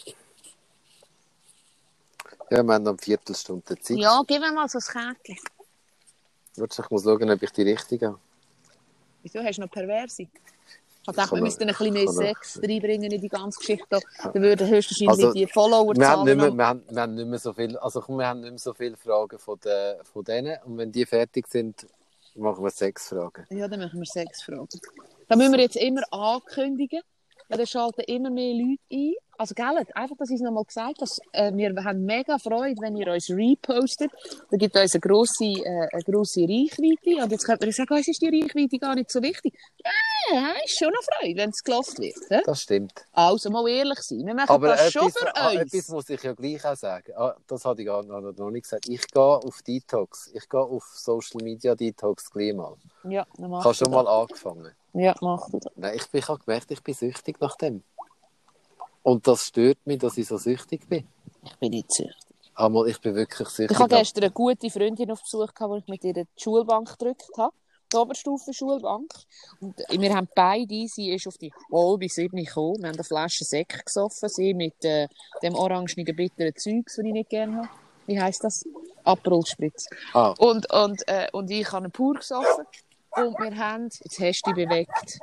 Speaker 1: Ja, wir haben noch eine Viertelstunde Zeit.
Speaker 2: Ja, gib mir mal so ein Kärtchen.
Speaker 1: Warte, ich muss schauen, ob ich die richtige habe.
Speaker 2: Wieso hast du noch Perverse? Ich dachte,
Speaker 1: Kann
Speaker 2: wir
Speaker 1: man-
Speaker 2: müssten ein bisschen mehr
Speaker 1: kann man-
Speaker 2: Sex reinbringen in die ganze Geschichte. Dann würden höchstwahrscheinlich
Speaker 1: Also,
Speaker 2: die
Speaker 1: Wir haben,
Speaker 2: Followerzahlen
Speaker 1: nicht mehr,
Speaker 2: noch...
Speaker 1: wir, haben, wir haben nicht mehr so viel, also komm, wir haben nicht mehr so viele Fragen von, den, von denen. Und wenn die fertig sind, machen wir sechs Fragen.
Speaker 2: Ja, dann machen wir sechs Fragen. Da müssen wir jetzt immer ankündigen, weil dann schalten immer mehr Leute ein. Also, gell, einfach, dass ich es nochmal gesagt habe, äh, wir haben mega Freude, wenn ihr uns repostet. Da gibt es uns eine grosse, äh, eine grosse Reichweite. Und jetzt könnte man sagen, uns ist die Reichweite gar nicht so wichtig. Ja, ist schon noch Freude, wenn es gelost wird. He?
Speaker 1: Das stimmt.
Speaker 2: Also, mal ehrlich sein. Wir machen
Speaker 1: Aber
Speaker 2: das schon
Speaker 1: etwas,
Speaker 2: für
Speaker 1: ah,
Speaker 2: uns.
Speaker 1: etwas muss ich ja gleich auch sagen. Ah, das hatte ich gar noch, noch nicht gesagt. Ich gehe auf Detox. Ich gehe auf Social Media Detox gleich mal.
Speaker 2: Ja, dann
Speaker 1: Ich
Speaker 2: mach
Speaker 1: habe
Speaker 2: du
Speaker 1: schon
Speaker 2: das.
Speaker 1: mal angefangen.
Speaker 2: Ja, mach du das.
Speaker 1: Nein, ich, bin- ich habe gemerkt, ich bin süchtig nach dem. Und das stört mich, dass ich so süchtig bin.
Speaker 2: Ich bin nicht süchtig.
Speaker 1: Einmal, ich bin wirklich süchtig.
Speaker 2: Ich hatte
Speaker 1: nach-
Speaker 2: gestern eine gute Freundin auf Besuch, gehabt, wo ich mit ihr die Schulbank gedrückt habe. Die Oberstufenschulbank. Und wir haben beide, sie ist auf die halbe sieben gekommen. Wir haben eine Flasche Sekt gesoffen. Sie mit äh, dem orangenigen, bitteren Zeugs, das ich nicht gerne habe. Wie heisst das? Aperol Spritz.
Speaker 1: Ah,
Speaker 2: Und, und, äh, und ich habe einen pur gesoffen. Und wir haben, jetzt hast du dich bewegt.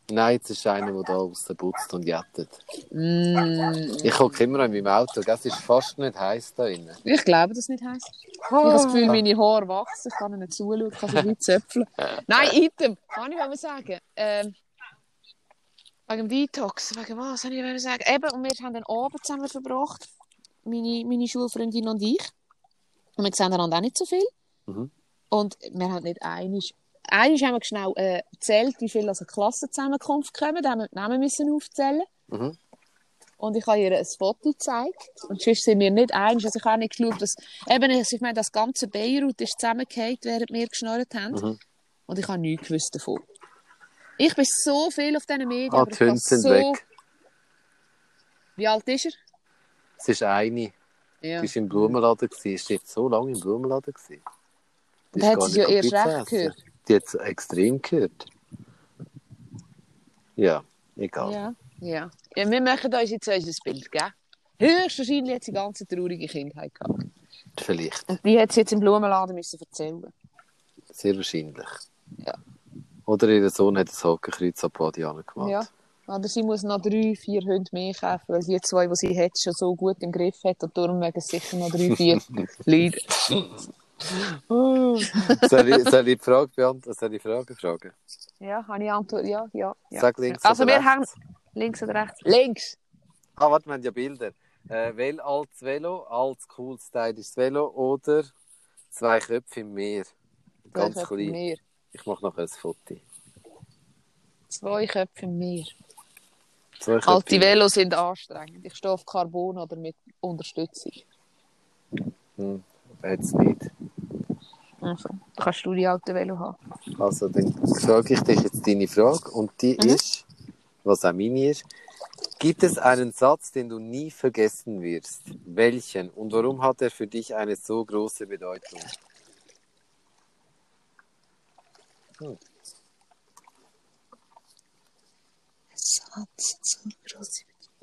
Speaker 1: Nein, jetzt ist einer, der da rausputzt und jettet.
Speaker 2: Mm,
Speaker 1: Ich gucke immer an meinem Auto. Es ist fast nicht heiß da drin.
Speaker 2: ich glaube, das nicht heisst. Ich habe das Gefühl, meine Haare wachsen. Ich kann ihnen zuschauen, ich kann sie wie zöpfeln. Nein, Item, kann ich mal sagen. Ähm, wegen dem Detox, wegen was soll ich wollen sagen? Eben, und wir haben den Abend zusammen verbracht. Meine, meine Schulfreundin und ich. Und wir sehen einander auch nicht so viel.
Speaker 1: Mhm.
Speaker 2: Und wir haben nicht einig. Einmal haben wir schnell äh, gezählt, wie viele als eine Klassenzusammenkunft kommen. Da haben wir die Namen müssen aufzählen.
Speaker 1: Mhm.
Speaker 2: Und ich habe ihr ein Foto gezeigt. Und sonst sind wir nicht einig. Also ich habe auch nicht geschaut, dass... Eben, ich meine, das ganze Beirut ist zusammengefallen, während wir geschnurrt haben.
Speaker 1: Mhm.
Speaker 2: Und ich habe nichts gewusst davon. Ich bin so viel auf diesen Medien,
Speaker 1: Ah,
Speaker 2: aber
Speaker 1: die
Speaker 2: ich habe
Speaker 1: Hunde sind
Speaker 2: so...
Speaker 1: weg.
Speaker 2: Wie alt ist er?
Speaker 1: Es ist eine.
Speaker 2: Ja.
Speaker 1: Die war im Blumenladen. Sie ist jetzt so lange im Blumenladen. Die
Speaker 2: Und
Speaker 1: ist
Speaker 2: hat
Speaker 1: gar
Speaker 2: sie ja
Speaker 1: nicht
Speaker 2: erst
Speaker 1: Pizza
Speaker 2: recht
Speaker 1: essen.
Speaker 2: gehört.
Speaker 1: Die hat es extrem gehört. Ja, egal.
Speaker 2: Ja, ja. Ja, wir machen uns jetzt unser Bild, gell? Höchstwahrscheinlich hat sie eine ganz traurige Kindheit gehabt.
Speaker 1: Vielleicht.
Speaker 2: Und die hat sie jetzt im Blumenladen müssen erzählen.
Speaker 1: Sehr wahrscheinlich.
Speaker 2: Ja.
Speaker 1: Oder ihr Sohn hat ein Hakenkreuz an Badiana gemacht.
Speaker 2: Ja. Oder sie muss noch drei, vier Hunde mehr kaufen, weil die zwei, die sie hat, schon so gut im Griff hat. Und darum wegen sicher noch drei, vier Leute.
Speaker 1: soll, ich, soll ich die Frage beantworten? Soll ich die Frage fragen?
Speaker 2: Ja, habe ich Antwort? Ja, ja. ja.
Speaker 1: Sag links
Speaker 2: Also
Speaker 1: oder
Speaker 2: wir
Speaker 1: rechts.
Speaker 2: haben links oder rechts? Links!
Speaker 1: Ah, warte, wir haben ja Bilder. Äh, wel altes Velo, altes cooles stylisches Velo oder zwei Köpfe im Meer. Ganz
Speaker 2: Zwei Köpfe
Speaker 1: klein.
Speaker 2: im Meer.
Speaker 1: Ich mache noch ein Foto.
Speaker 2: Zwei Köpfe im Meer.
Speaker 1: Zwei Köpfe
Speaker 2: Alte
Speaker 1: im Meer.
Speaker 2: Velos sind anstrengend. Ich stehe auf Carbon oder mit Unterstützung.
Speaker 1: Hm, jetzt nicht.
Speaker 2: Also, kannst du die alte Velo haben.
Speaker 1: Also, dann frage ich dich jetzt deine Frage. Und die
Speaker 2: Mhm.
Speaker 1: ist, was auch meine ist, gibt es einen Satz, den du nie vergessen wirst? Welchen? Und warum hat er für dich eine so große Bedeutung? Hm.
Speaker 2: Satz, so groß.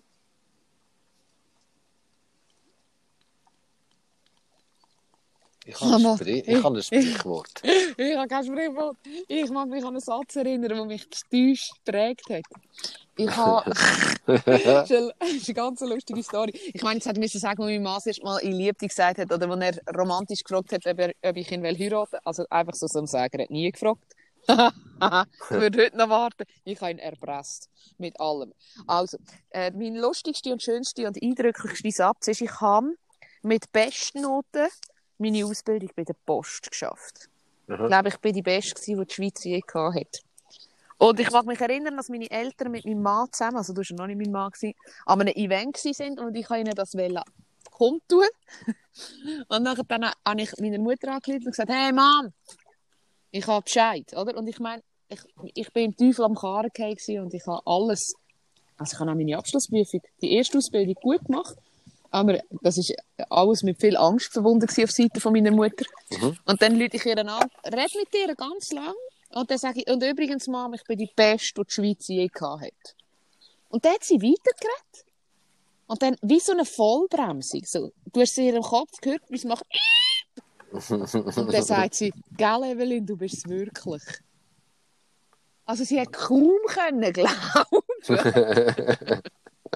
Speaker 1: Ich habe ein,
Speaker 2: Mama,
Speaker 1: Spri ich
Speaker 2: ich-
Speaker 1: habe ein Sprichwort.
Speaker 2: Ich habe kein Sprichwort. Ich mag mich an einen Satz erinnern, der mich tief geprägt hat. Ich habe... das ist eine, das ist eine ganz lustige Story. Ich meine, jetzt hätte ich sagen, als mein Mann das erste Mal in Liebte gesagt hat, oder als er romantisch gefragt hat, ob, er, ob ich ihn heiraten will. Also einfach so zum Sagen, er hat nie gefragt. Ich würde heute noch warten. Ich habe ihn erpresst. Mit allem. Also, äh, mein lustigster und schönster und eindrücklichster Satz ist, ich habe mit Bestnoten meine Ausbildung bei der Post geschafft.
Speaker 1: Aha.
Speaker 2: Ich glaube, ich war die Beste, die die Schweiz je hatte. Und ich mag mich erinnern, dass meine Eltern mit meinem Mann zusammen, also du warst ja noch nicht mein Mann, gewesen, an einem Event waren und ich ihnen das kundtun. Und nachher dann habe ich meiner Mutter angerufen und gesagt, hey Mann, ich habe Bescheid, oder? Und ich meine, ich, ich bin im Teufel am Karren gefallen und ich habe alles, also ich habe auch meine Abschlussprüfung, die erste Ausbildung gut gemacht, aber das ist alles mit viel Angst verbunden gewesen auf Seite von meiner Mutter.
Speaker 1: Mhm.
Speaker 2: Und dann rufe ich ihr an, red mit ihr ganz lang. Und dann sage ich, und übrigens, Mom, ich bin die Beste, die die Schweiz je hatte. Und dann hat sie weitergeredet. Und dann, wie so eine Vollbremsung. So, du hast sie in ihrem Kopf gehört, wie sie macht. Und dann sagt sie, gell, Evelyn, du bist es wirklich. Also sie hat kaum können glauben,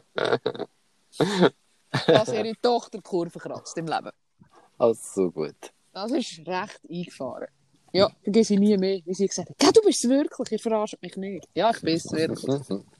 Speaker 2: dass ihre Tochter die Kurve kratzt im Leben.
Speaker 1: Also so gut.
Speaker 2: Das ist recht eingefahren. Ja, vergiss ich nie mehr, wie sie gesagt hat, ja, du bist es wirklich, ihr verarscht mich nicht. Ja, ich bin es wirklich.
Speaker 1: Mhm.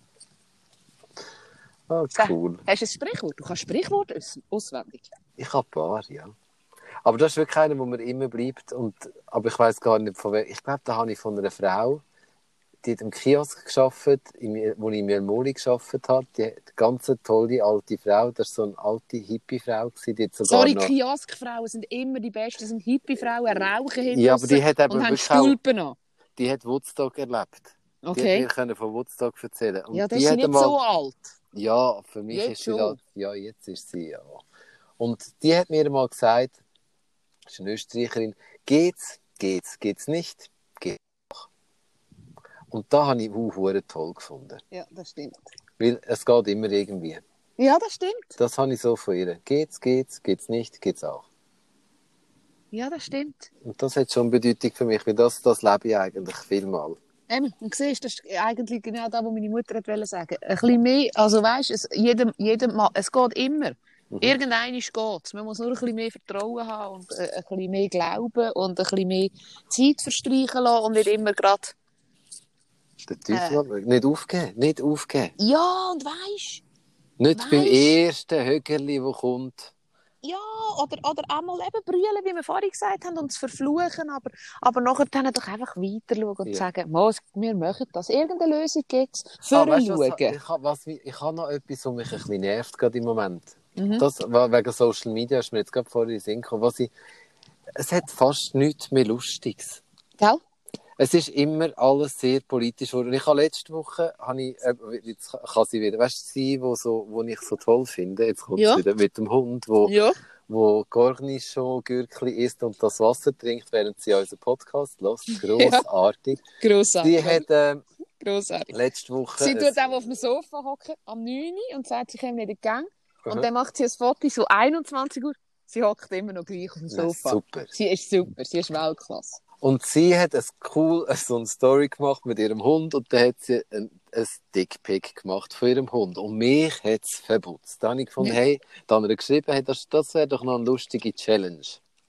Speaker 1: Ah, cool.
Speaker 2: Hast du ein Sprichwort? Du kannst Sprichwort aus auswendig.
Speaker 1: Ich habe ein paar, ja. Aber das ist wirklich einer, wo mir immer bleibt. Und, aber ich weiß gar nicht, von wer. Ich glaube, da habe ich von einer Frau, die hat im Kiosk gearbeitet, wo ich in Mielmoli gearbeitet habe. Die, die ganz tolle alte Frau, das war so eine alte Hippie-Frau. Die hat sogar
Speaker 2: Sorry,
Speaker 1: noch...
Speaker 2: Kioskfrauen sind immer die Besten, sind Hippie-Frauen, rauchen hinten
Speaker 1: Ja, aber die hat eben
Speaker 2: und haben
Speaker 1: wirklich auch,
Speaker 2: Stulpen an.
Speaker 1: die hat Woodstock erlebt. Die
Speaker 2: Okay.
Speaker 1: hat mir von Woodstock erzählen. Und
Speaker 2: Ja, das
Speaker 1: die
Speaker 2: ist
Speaker 1: hat
Speaker 2: nicht
Speaker 1: einmal-
Speaker 2: so alt.
Speaker 1: Ja, für mich
Speaker 2: Jetzt
Speaker 1: ist sie
Speaker 2: schon.
Speaker 1: da. Ja, jetzt ist sie, ja. Und die hat mir mal gesagt, das ist eine Österreicherin, geht's, geht's, geht's nicht, geht's doch. Und da habe ich uh, hure toll gefunden.
Speaker 2: Ja, das stimmt.
Speaker 1: Weil es geht immer irgendwie.
Speaker 2: Ja, das stimmt.
Speaker 1: Das habe ich so von ihr. Geht's, geht's, geht's nicht, geht's auch.
Speaker 2: Ja, das stimmt.
Speaker 1: Und das hat schon Bedeutung für mich, weil das, das lebe ich eigentlich vielmal.
Speaker 2: Ähm, und siehst, das ist eigentlich genau das, was meine Mutter hat wollte sagen. Ein bisschen mehr, also weißt, es, jedem, jedem Mal, es geht immer.
Speaker 1: Mhm.
Speaker 2: Irgendeines geht. Man muss nur ein bisschen mehr Vertrauen haben und äh, ein bisschen mehr Glauben und ein bisschen mehr Zeit verstreichen lassen und nicht immer gerade...
Speaker 1: Der Teufel, nicht aufgeben, nicht aufgeben.
Speaker 2: Ja, und weisst,
Speaker 1: Nicht
Speaker 2: Weisst-
Speaker 1: beim ersten Högerli, das kommt.
Speaker 2: ja, oder, oder auch mal eben brüllen, wie wir vorhin gesagt haben, und es verfluchen, aber, aber nachher dann doch einfach weiter schauen und
Speaker 1: Ja.
Speaker 2: sagen, «Mos, wir machen das. Irgendeine Lösung gibt es. Für
Speaker 1: Ah, weißt du,
Speaker 2: schauen.
Speaker 1: was, ich habe was, mich- ich habe noch etwas, was mich ein bisschen nervt, gerade im Moment.
Speaker 2: Mhm.
Speaker 1: Das, wa- wegen Social Media ist mir jetzt gerade vorhin in den Sinn gekommen. Was ich, es hat fast nichts mehr Lustiges.
Speaker 2: Gell?
Speaker 1: Es ist immer alles sehr politisch geworden. Ich habe letzte Woche, habe ich, äh, jetzt kann sie wieder, weißt du, sie, wo, so, wo ich so toll finde, jetzt kommt
Speaker 2: Ja.
Speaker 1: sie wieder mit dem Hund, wo,
Speaker 2: Ja.
Speaker 1: wo Cornichon Gürkli isst und das Wasser trinkt, während sie unseren Podcast hört. Grossartig.
Speaker 2: Grossartig.
Speaker 1: Sie hat äh,
Speaker 2: Grossartig.
Speaker 1: letzte Woche...
Speaker 2: Sie
Speaker 1: ein-
Speaker 2: tut auch auf dem Sofa hocken, am neun Uhr, und sagt, sie kommt nicht in den Gang.
Speaker 1: Aha.
Speaker 2: Und dann macht sie ein Foto, so einundzwanzig Uhr. Sie hockt immer noch gleich auf dem
Speaker 1: Nein,
Speaker 2: Sofa.
Speaker 1: super.
Speaker 2: Sie ist super, sie ist Weltklasse.
Speaker 1: Und sie hat ein cool, so eine Story gemacht mit ihrem Hund und dann hat sie ein, ein Dickpick gemacht von ihrem Hund. Und mich hat es verputzt. Da habe ich gefunden,
Speaker 2: Ja.
Speaker 1: hey, da haben wir geschrieben, hey, das, das wäre doch noch eine lustige Challenge.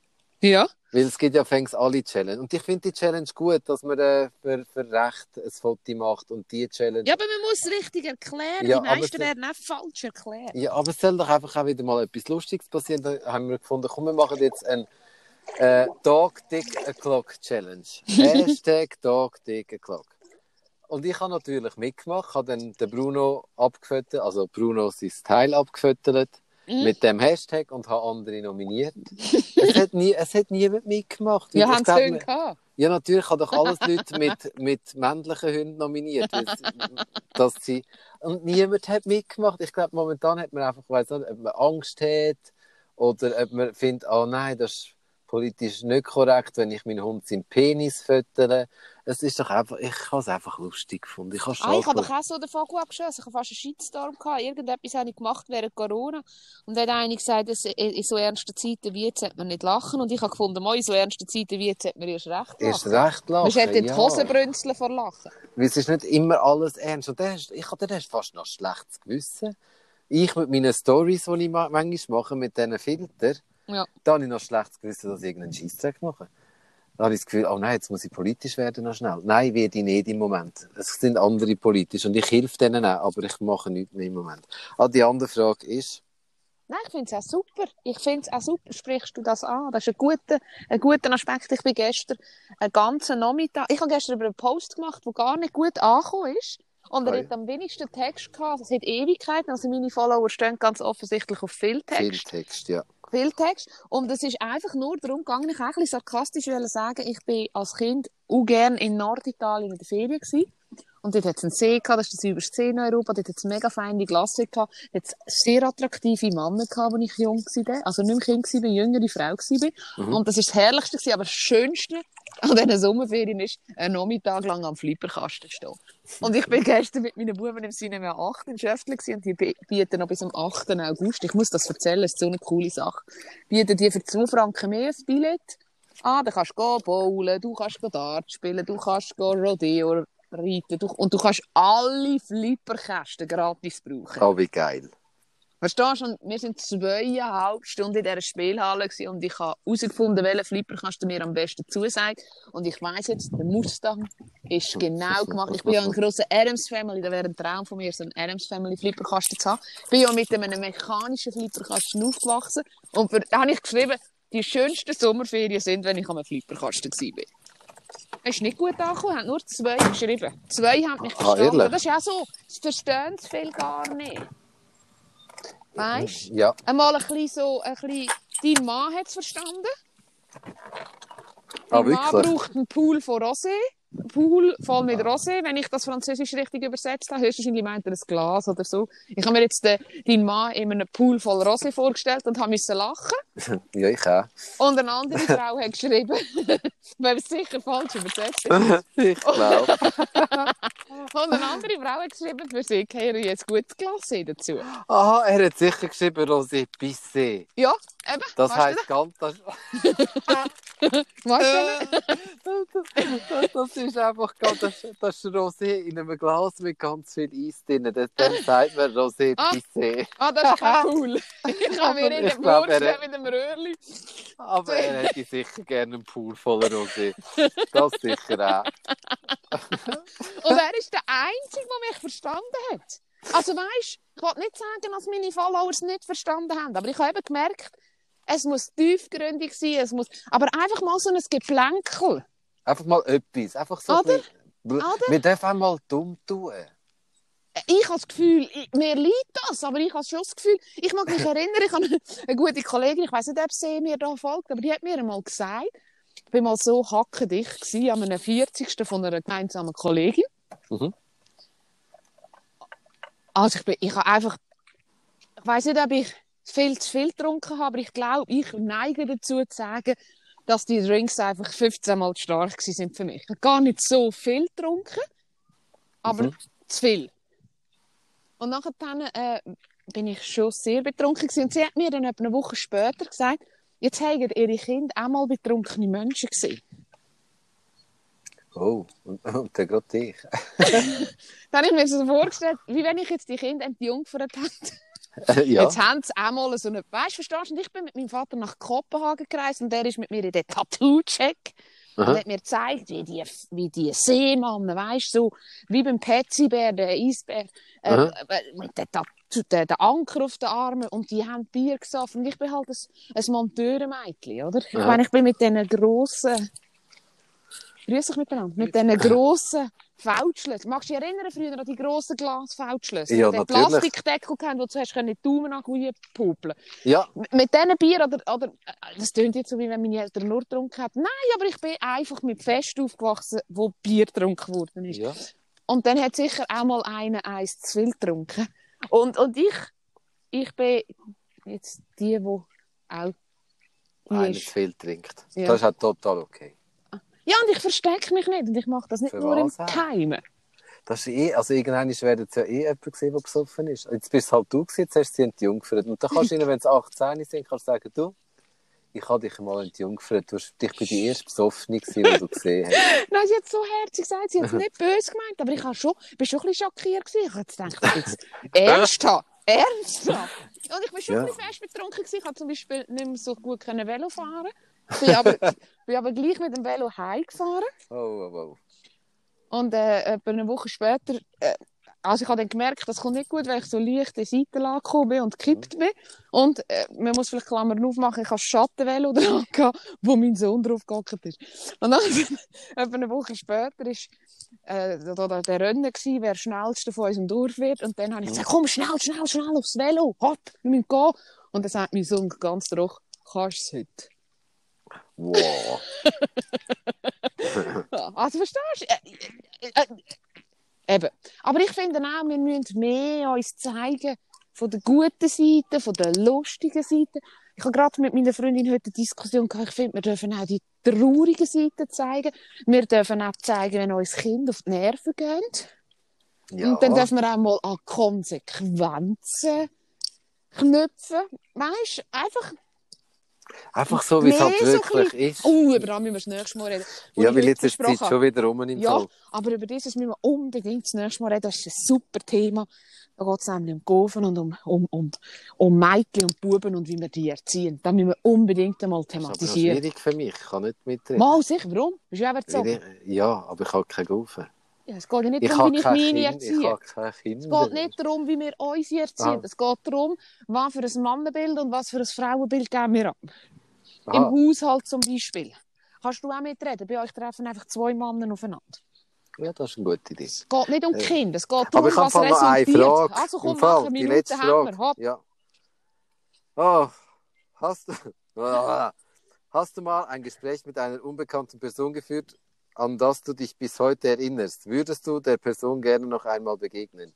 Speaker 2: Ja.
Speaker 1: Weil es gibt ja fängs alle Challenge. Und ich finde die Challenge gut, dass man äh, für, für Recht ein Foto macht und die Challenge...
Speaker 2: Ja, aber man muss es richtig erklären.
Speaker 1: Ja,
Speaker 2: Die
Speaker 1: aber
Speaker 2: meisten
Speaker 1: sie-
Speaker 2: werden auch falsch erklärt.
Speaker 1: Ja, aber es soll doch einfach auch wieder mal etwas Lustiges passieren. Da haben wir gefunden, komm, wir machen jetzt ein äh, Dog Dick a Clock Challenge. Hashtag Dog Dick a Clock. Und ich habe natürlich mitgemacht, habe dann den Bruno abgefüttert, also Bruno sein Teil abgefüttert
Speaker 2: Mhm.
Speaker 1: mit dem Hashtag und habe andere nominiert. es, hat nie, es hat niemand mitgemacht.
Speaker 2: Wir
Speaker 1: Ich
Speaker 2: haben es
Speaker 1: glaub,
Speaker 2: schön gehabt.
Speaker 1: Ja, natürlich haben doch alles Leute mit, mit männlichen Hunden nominiert. weil sie- Dass sie, und niemand hat mitgemacht. Ich glaube, momentan hat man einfach, ich weiss nicht, ob man Angst hat oder ob man findet, oh nein, das ist politisch nicht korrekt, wenn ich meinen Hund seinen Penis füttere. Es ist doch einfach, ich habe es einfach lustig gefunden. Ich habe
Speaker 2: Ah, ich habe
Speaker 1: Schalke-
Speaker 2: doch auch so den Vogel abgeschossen. Ich habe fast einen Shitstorm gehabt. Irgendetwas habe ich gemacht während Corona. Und dann hat einer gesagt, dass in so ernsten Zeiten wie jetzt sollte man nicht lachen. Und ich habe gefunden, in so ernsten Zeiten wie jetzt sollte man erst recht
Speaker 1: Erst
Speaker 2: lachen.
Speaker 1: recht
Speaker 2: Man
Speaker 1: lachen.
Speaker 2: hat in die
Speaker 1: ja.
Speaker 2: Hose brünzeln vor Lachen.
Speaker 1: Weil es ist nicht immer alles ernst. Und dann hast, ich habe dann hast fast noch schlechtes Gewissen. Ich mit meinen Stories, die ich ma- manchmal mache, mit diesen Filtern,
Speaker 2: Ja.
Speaker 1: da habe ich noch schlechtes Gewissen, dass ich irgendeinen Scheissdreck mache. Da habe ich das Gefühl, oh nein, jetzt muss ich politisch werden noch schnell. Nein, werde ich nicht im Moment. Es sind andere politisch und ich helfe denen auch, aber ich mache nichts mehr im Moment. Ah, die andere Frage ist,
Speaker 2: Nein, ich finde es auch super. Ich finde es auch super, sprichst du das an. Das ist ein guter, ein guter Aspekt. Ich bin gestern einen ganzen Nachmittag... Ich habe gestern über einen Post gemacht, der gar nicht gut angekommen ist. Und er
Speaker 1: Oi.
Speaker 2: hat am wenigsten Text gehabt. Es hat Ewigkeiten. Also meine Follower stehen ganz offensichtlich auf viel
Speaker 1: viel
Speaker 2: Text.
Speaker 1: Text, ja.
Speaker 2: Viel Text. Und es ist einfach nur darum gegangen, ich auch ein bisschen sarkastisch wollte sagen, ich bin als Kind auch gerne in Norditalien in der Ferien gewesen. Und dort hat es einen See gehabt, das ist das überste See in Europa, dort hat es mega feine Glasse gehabt, dort hat es sehr attraktive Männer gehabt, als ich jung war, also nicht mehr Kind war, jüngere Frau war.
Speaker 1: Mhm.
Speaker 2: Und das war das Herrlichste gewesen, aber das Schönste an diesen Sommerferien ist, einen Nachmittag lang am Flipperkasten zu stehen. Und ich bin gestern mit meinen Buben im Cinema acht in Schöftli gewesen, und die bi- bieten noch bis am achten August, ich muss das erzählen, es ist so eine coole Sache, bieten die für zwei Franken mehr ein Billett. Ah, dann kannst du gehen bowlen, du kannst gehen Dart spielen, du kannst gehen Rodeo reiten, du, und du kannst alle Flipperkästen gratis brauchen.
Speaker 1: Oh, wie geil.
Speaker 2: Verstehst du? Und wir waren zweieinhalb Stunden in dieser Spielhalle gewesen, und ich habe herausgefunden, welchen Flipperkasten mir am besten zusagt. Und ich weiss jetzt, der Mustang ist genau gemacht. Ich bin ja ein grosser Adams Family, da wäre ein Traum von mir, so einen Adams Family Flipperkasten zu haben. Ich bin ja mit einem mechanischen Flipperkasten aufgewachsen. Und für, da habe ich geschrieben, die schönsten Sommerferien sind, wenn ich am Flipperkasten war. Es ist nicht gut angekommen, haben nur zwei geschrieben. Zwei haben mich
Speaker 1: Ah,
Speaker 2: verstanden.
Speaker 1: ehrlich?
Speaker 2: Das ist ja so, sie verstehen es viel gar nicht. Weißt du?
Speaker 1: Ja.
Speaker 2: Einmal ein bisschen so, ein bisschen, dein Mann hat es verstanden.
Speaker 1: Ah,
Speaker 2: Dein Mann
Speaker 1: wirklich?
Speaker 2: braucht einen Pool von Rosé. Ein Pool voll mit Rosé, wenn ich das Französisch richtig übersetzt habe. Höchstwahrscheinlich meint er ein Glas oder so. Ich habe mir jetzt den, deinen Mann in einem Pool voll Rosé vorgestellt und habe müssen lachen.
Speaker 1: Ja, ich auch.
Speaker 2: Und eine andere Frau hat geschrieben, weil es sicher falsch übersetzt ist.
Speaker 1: Ich glaube.
Speaker 2: Und eine andere Frau hat geschrieben, für sie gehöre jetzt gutes Glacé dazu.
Speaker 1: Aha, er hat sicher geschrieben, Rosé Pissé.
Speaker 2: Ja, eben.
Speaker 1: Das
Speaker 2: weißt
Speaker 1: heisst ganz... Das,
Speaker 2: du Weißt du
Speaker 1: das, das, das ist einfach ganz... Das, das ist Rosé in einem Glas mit ganz viel Eis drin. Das, dann sagt man Rosé
Speaker 2: Ah.
Speaker 1: Pissé.
Speaker 2: Ah, das ist kein cool. Ich habe mir in
Speaker 1: Ich
Speaker 2: den
Speaker 1: glaub,
Speaker 2: Wurst
Speaker 1: er-
Speaker 2: mit dem Röhrli.
Speaker 1: Aber er hätte sicher gerne einen Pool voller Rosé. Das sicher auch.
Speaker 2: Und er ist der Einzige, der mich verstanden hat. Also weisst, ich will nicht sagen, dass meine Follower es nicht verstanden haben, aber ich habe eben gemerkt, es muss tiefgründig sein, es muss, aber einfach mal so ein Geplänkel.
Speaker 1: Einfach mal etwas. Einfach so
Speaker 2: Oder?
Speaker 1: ein bisschen-
Speaker 2: Oder?
Speaker 1: Wir dürfen auch mal dumm tun.
Speaker 2: Ich habe das Gefühl, ich, mir liegt das, aber ich habe schon das Gefühl, ich mag mich erinnern, ich habe eine, eine gute Kollegin, ich weiß nicht, ob sie mir da folgt, aber die hat mir einmal gesagt, ich war mal so hackendicht gewesen, an einem vierzigsten von einer gemeinsamen Kollegin.
Speaker 1: Mhm.
Speaker 2: Also ich bin, ich habe einfach, ich weiß nicht, ob ich viel zu viel getrunken habe, aber ich glaube, ich neige dazu zu sagen, dass die Drinks einfach fünfzehn Mal zu stark gewesen sind für mich. Ich habe gar nicht so viel getrunken, aber
Speaker 1: Mhm.
Speaker 2: zu viel. Und nachher dann, äh, bin ich schon sehr betrunken gewesen. Und sie hat mir dann etwa eine Woche später gesagt, jetzt haben ihre Kinder auch mal betrunkene Menschen gesehen.
Speaker 1: Oh, und, und dann gerade dich.
Speaker 2: Dann habe ich mir so vorgestellt, wie wenn ich jetzt die Kinder entjungfert hätte.
Speaker 1: Ja.
Speaker 2: Jetzt haben sie auch mal so eine... Weißt du, verstehst du? Und ich bin mit meinem Vater nach Kopenhagen gereist und der ist mit mir in den Tattoo-Check. Und
Speaker 1: Aha.
Speaker 2: hat mir gezeigt, wie die, wie die Seemannen, weißt du, so, wie beim Petzibär, der Eisbär, äh,
Speaker 1: Aha.
Speaker 2: äh, mit den Tattoo, den, den Anker auf den Armen und die haben Bier gesoffen. Und ich bin halt ein, ein Monteurenmädchen, oder? Ich
Speaker 1: Aha.
Speaker 2: meine, ich bin mit diesen grossen... Grüß dich miteinander. Mit diesen grossen Feldschlössern. Magst du dich erinnern, früher an die grossen Glas-Feldschlösser?
Speaker 1: Ja,
Speaker 2: die den
Speaker 1: natürlich.
Speaker 2: Plastikdeckel hatten, wo du zuerst die Daumen angepupeln.
Speaker 1: Ja,
Speaker 2: Mit diesen Bier, oder, oder, äh, das klingt jetzt so, wie wenn meine Eltern nur getrunken haben. Nein, aber ich bin einfach mit Fest aufgewachsen, wo Bier getrunken worden ist.
Speaker 1: ja.
Speaker 2: Und dann hat sicher auch mal einer eins zu viel getrunken. Und, und ich, ich bin jetzt die, die auch die
Speaker 1: Einer
Speaker 2: ist.
Speaker 1: zu viel trinkt.
Speaker 2: Ja.
Speaker 1: Das ist auch total okay.
Speaker 2: Ja, und ich verstecke mich nicht. Und ich mache das nicht
Speaker 1: Für
Speaker 2: nur im
Speaker 1: was auch?
Speaker 2: Geheimen.
Speaker 1: Das ist eh, also irgendwann wäre es ja eh jemand gesehen, der besoffen ist. Jetzt bist halt du gewesen, jetzt hast du sie entjungfert. Und dann kannst du ihnen, wenn sie achtzehn sind, kannst du sagen, du, ich habe dich mal entjungfert. Du hast, ich bin die erste Besoffene gewesen, die du gesehen hast.
Speaker 2: Nein, sie hat so herzig gesagt, sie hat es nicht böse gemeint, aber ich war schon, bin schon ein bisschen schockiert gewesen. Ich habe jetzt gedacht, jetzt ernsthaft, ernsthaft. Und ich war schon
Speaker 1: Ja.
Speaker 2: ein bisschen fest betrunken gewesen. Ich konnte zum Beispiel nicht mehr so gut können Velo fahren. Ich bin aber, bin aber gleich mit dem Velo heimgefahren.
Speaker 1: Oh, oh, oh.
Speaker 2: Und äh, etwa eine Woche später, äh, also ich habe dann gemerkt, das kommt nicht gut, weil ich so leicht in die Seitenlage gekommen bin und gekippt bin. Und äh, man muss vielleicht Klammern aufmachen, ich habe Schattenvelo dran gehabt, wo mein Sohn drauf gehockt ist. Und dann, etwa eine Woche später ist äh, da, da, der Rennen gewesen, wer schnellste von unserem Dorf wird. Und dann habe ich gesagt, komm, schnell, schnell, schnell aufs Velo, hopp, wir müssen gehen. Und dann sagt mein Sohn ganz trocken, kannst du es heute?
Speaker 1: Wow.
Speaker 2: Ja, also verstehst du? Äh, äh, äh, eben. Aber ich finde auch, wir müssen mehr uns zeigen von der guten Seite, von der lustigen Seite. Ich habe gerade mit meiner Freundin heute eine Diskussion gehabt. Ich finde, wir dürfen auch die traurigen Seiten zeigen. Wir dürfen auch zeigen, wenn uns Kinder auf die Nerven gehen.
Speaker 1: Ja.
Speaker 2: Und dann dürfen wir auch mal an Konsequenzen knüpfen. Weißt du, einfach...
Speaker 1: Einfach so, wie es halt
Speaker 2: mehr so
Speaker 1: wirklich
Speaker 2: ein bisschen-
Speaker 1: ist.
Speaker 2: Oh, über das müssen wir das nächste Mal reden. Wo
Speaker 1: Ja,
Speaker 2: ich
Speaker 1: weil
Speaker 2: heute
Speaker 1: jetzt ist die Zeit
Speaker 2: versprochen
Speaker 1: schon wieder rum im
Speaker 2: Ja,
Speaker 1: Fall.
Speaker 2: aber über dieses müssen wir unbedingt das nächste Mal reden. Das ist ein super Thema. Da geht es nämlich um Gofen und um, um, um, um Mädchen und Buben und wie wir die erziehen. Das müssen wir unbedingt einmal
Speaker 1: Das ist aber noch
Speaker 2: thematisieren.
Speaker 1: schwierig für mich. Ich kann nicht mitreden.
Speaker 2: Mal, sicher, warum? Bist du auch
Speaker 1: Weil
Speaker 2: erzogen?
Speaker 1: ich, ja, aber ich habe keine Gaufen.
Speaker 2: Ja, es geht ja nicht
Speaker 1: Ich
Speaker 2: darum,
Speaker 1: habe
Speaker 2: wie ich
Speaker 1: kein
Speaker 2: meine
Speaker 1: Kind. Ich
Speaker 2: erziehe.
Speaker 1: habe keine
Speaker 2: Es
Speaker 1: Kinder.
Speaker 2: geht nicht darum, wie wir uns erziehen.
Speaker 1: Ah.
Speaker 2: Es geht darum, was für ein Mannenbild und was für ein Frauenbild geben wir an. Im
Speaker 1: Aha.
Speaker 2: Haushalt zum Beispiel. Kannst du auch mitreden? Bei euch treffen einfach zwei Männer aufeinander.
Speaker 1: Ja, das ist eine gute Idee.
Speaker 2: Es geht nicht um
Speaker 1: Äh,
Speaker 2: Kinder, es geht
Speaker 1: Aber
Speaker 2: darum,
Speaker 1: ich habe
Speaker 2: was
Speaker 1: im Fall noch eine
Speaker 2: resultiert.
Speaker 1: Frage.
Speaker 2: Also
Speaker 1: Im
Speaker 2: komm,
Speaker 1: Fall,
Speaker 2: mach eine
Speaker 1: die
Speaker 2: Minute
Speaker 1: letzte
Speaker 2: haben wir.
Speaker 1: Frage.
Speaker 2: Hopp.
Speaker 1: Ja. Oh, hast du, hast du mal ein Gespräch mit einer unbekannten Person geführt, an das du dich bis heute erinnerst? Würdest du der Person gerne noch einmal begegnen?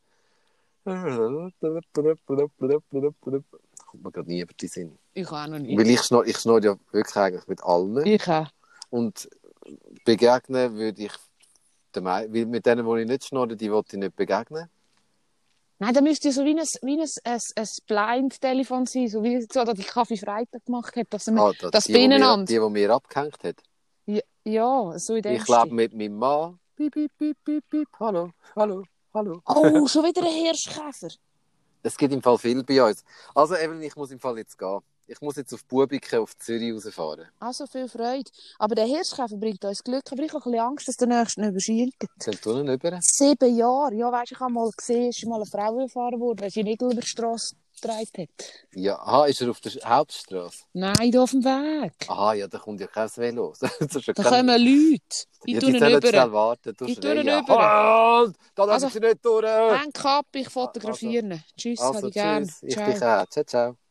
Speaker 1: Kommt mir gerade nie über die Sinn.
Speaker 2: Ich auch noch nie.
Speaker 1: Weil ich schnurre, ich schnurre ja wirklich eigentlich mit allen.
Speaker 2: Ich auch.
Speaker 1: Und begegnen würde ich Der Mei- Weil mit denen, die ich nicht schnurre, die wollte ich nicht begegnen.
Speaker 2: Nein, da müsste ja so wie ein, wie ein, ein, ein Blind-Telefon sein, so wie so, dass die Kaffee Freitag gemacht hat, dass man
Speaker 1: Ah, da,
Speaker 2: das
Speaker 1: die, die, mir,
Speaker 2: beieinander...
Speaker 1: die, die mir abgehängt hat.
Speaker 2: Ja, ja, so in dem
Speaker 1: Ich lebe
Speaker 2: Stil.
Speaker 1: mit meinem Mann. Piep, piep, piep, piep, piep. Hallo, hallo, hallo.
Speaker 2: Oh, schon wieder ein Hirschkäfer.
Speaker 1: Es gibt im Fall viel bei uns. Also Evelyn, ich muss im Fall jetzt gehen. Ich muss jetzt auf Bubiken, auf Zürich rausfahren.
Speaker 2: Also viel Freude. Aber der Hirschkäfer bringt uns Glück. Aber ich habe ein bisschen Angst, dass der nächste nicht überschiebt.
Speaker 1: Soll du ihn über?
Speaker 2: Sieben Jahre. Ja, weisst, ich habe mal gesehen, ist mal eine Frau gefahren worden, weil sie Nägel über die Straße getragen hat.
Speaker 1: Ja, aha, ist er auf der Hauptstraße?
Speaker 2: Nein, hier auf dem Weg.
Speaker 1: Aha, ja, da kommt ja kein Velo. Das ist ja
Speaker 2: Da
Speaker 1: kein-
Speaker 2: kommen Leute. Ich
Speaker 1: ja,
Speaker 2: tue
Speaker 1: die
Speaker 2: ihn
Speaker 1: sollen
Speaker 2: über.
Speaker 1: schnell warten. Du
Speaker 2: Ich tue ihn
Speaker 1: schreien.
Speaker 2: über.
Speaker 1: Halt! Da lassen
Speaker 2: Also-
Speaker 1: sie nicht durch.
Speaker 2: Häng ab, ich fotografiere ihn. Tschüss,
Speaker 1: Also,
Speaker 2: habe ich gern.
Speaker 1: tschüss. Ich
Speaker 2: Ciao.
Speaker 1: dich auch. Ciao, ciao.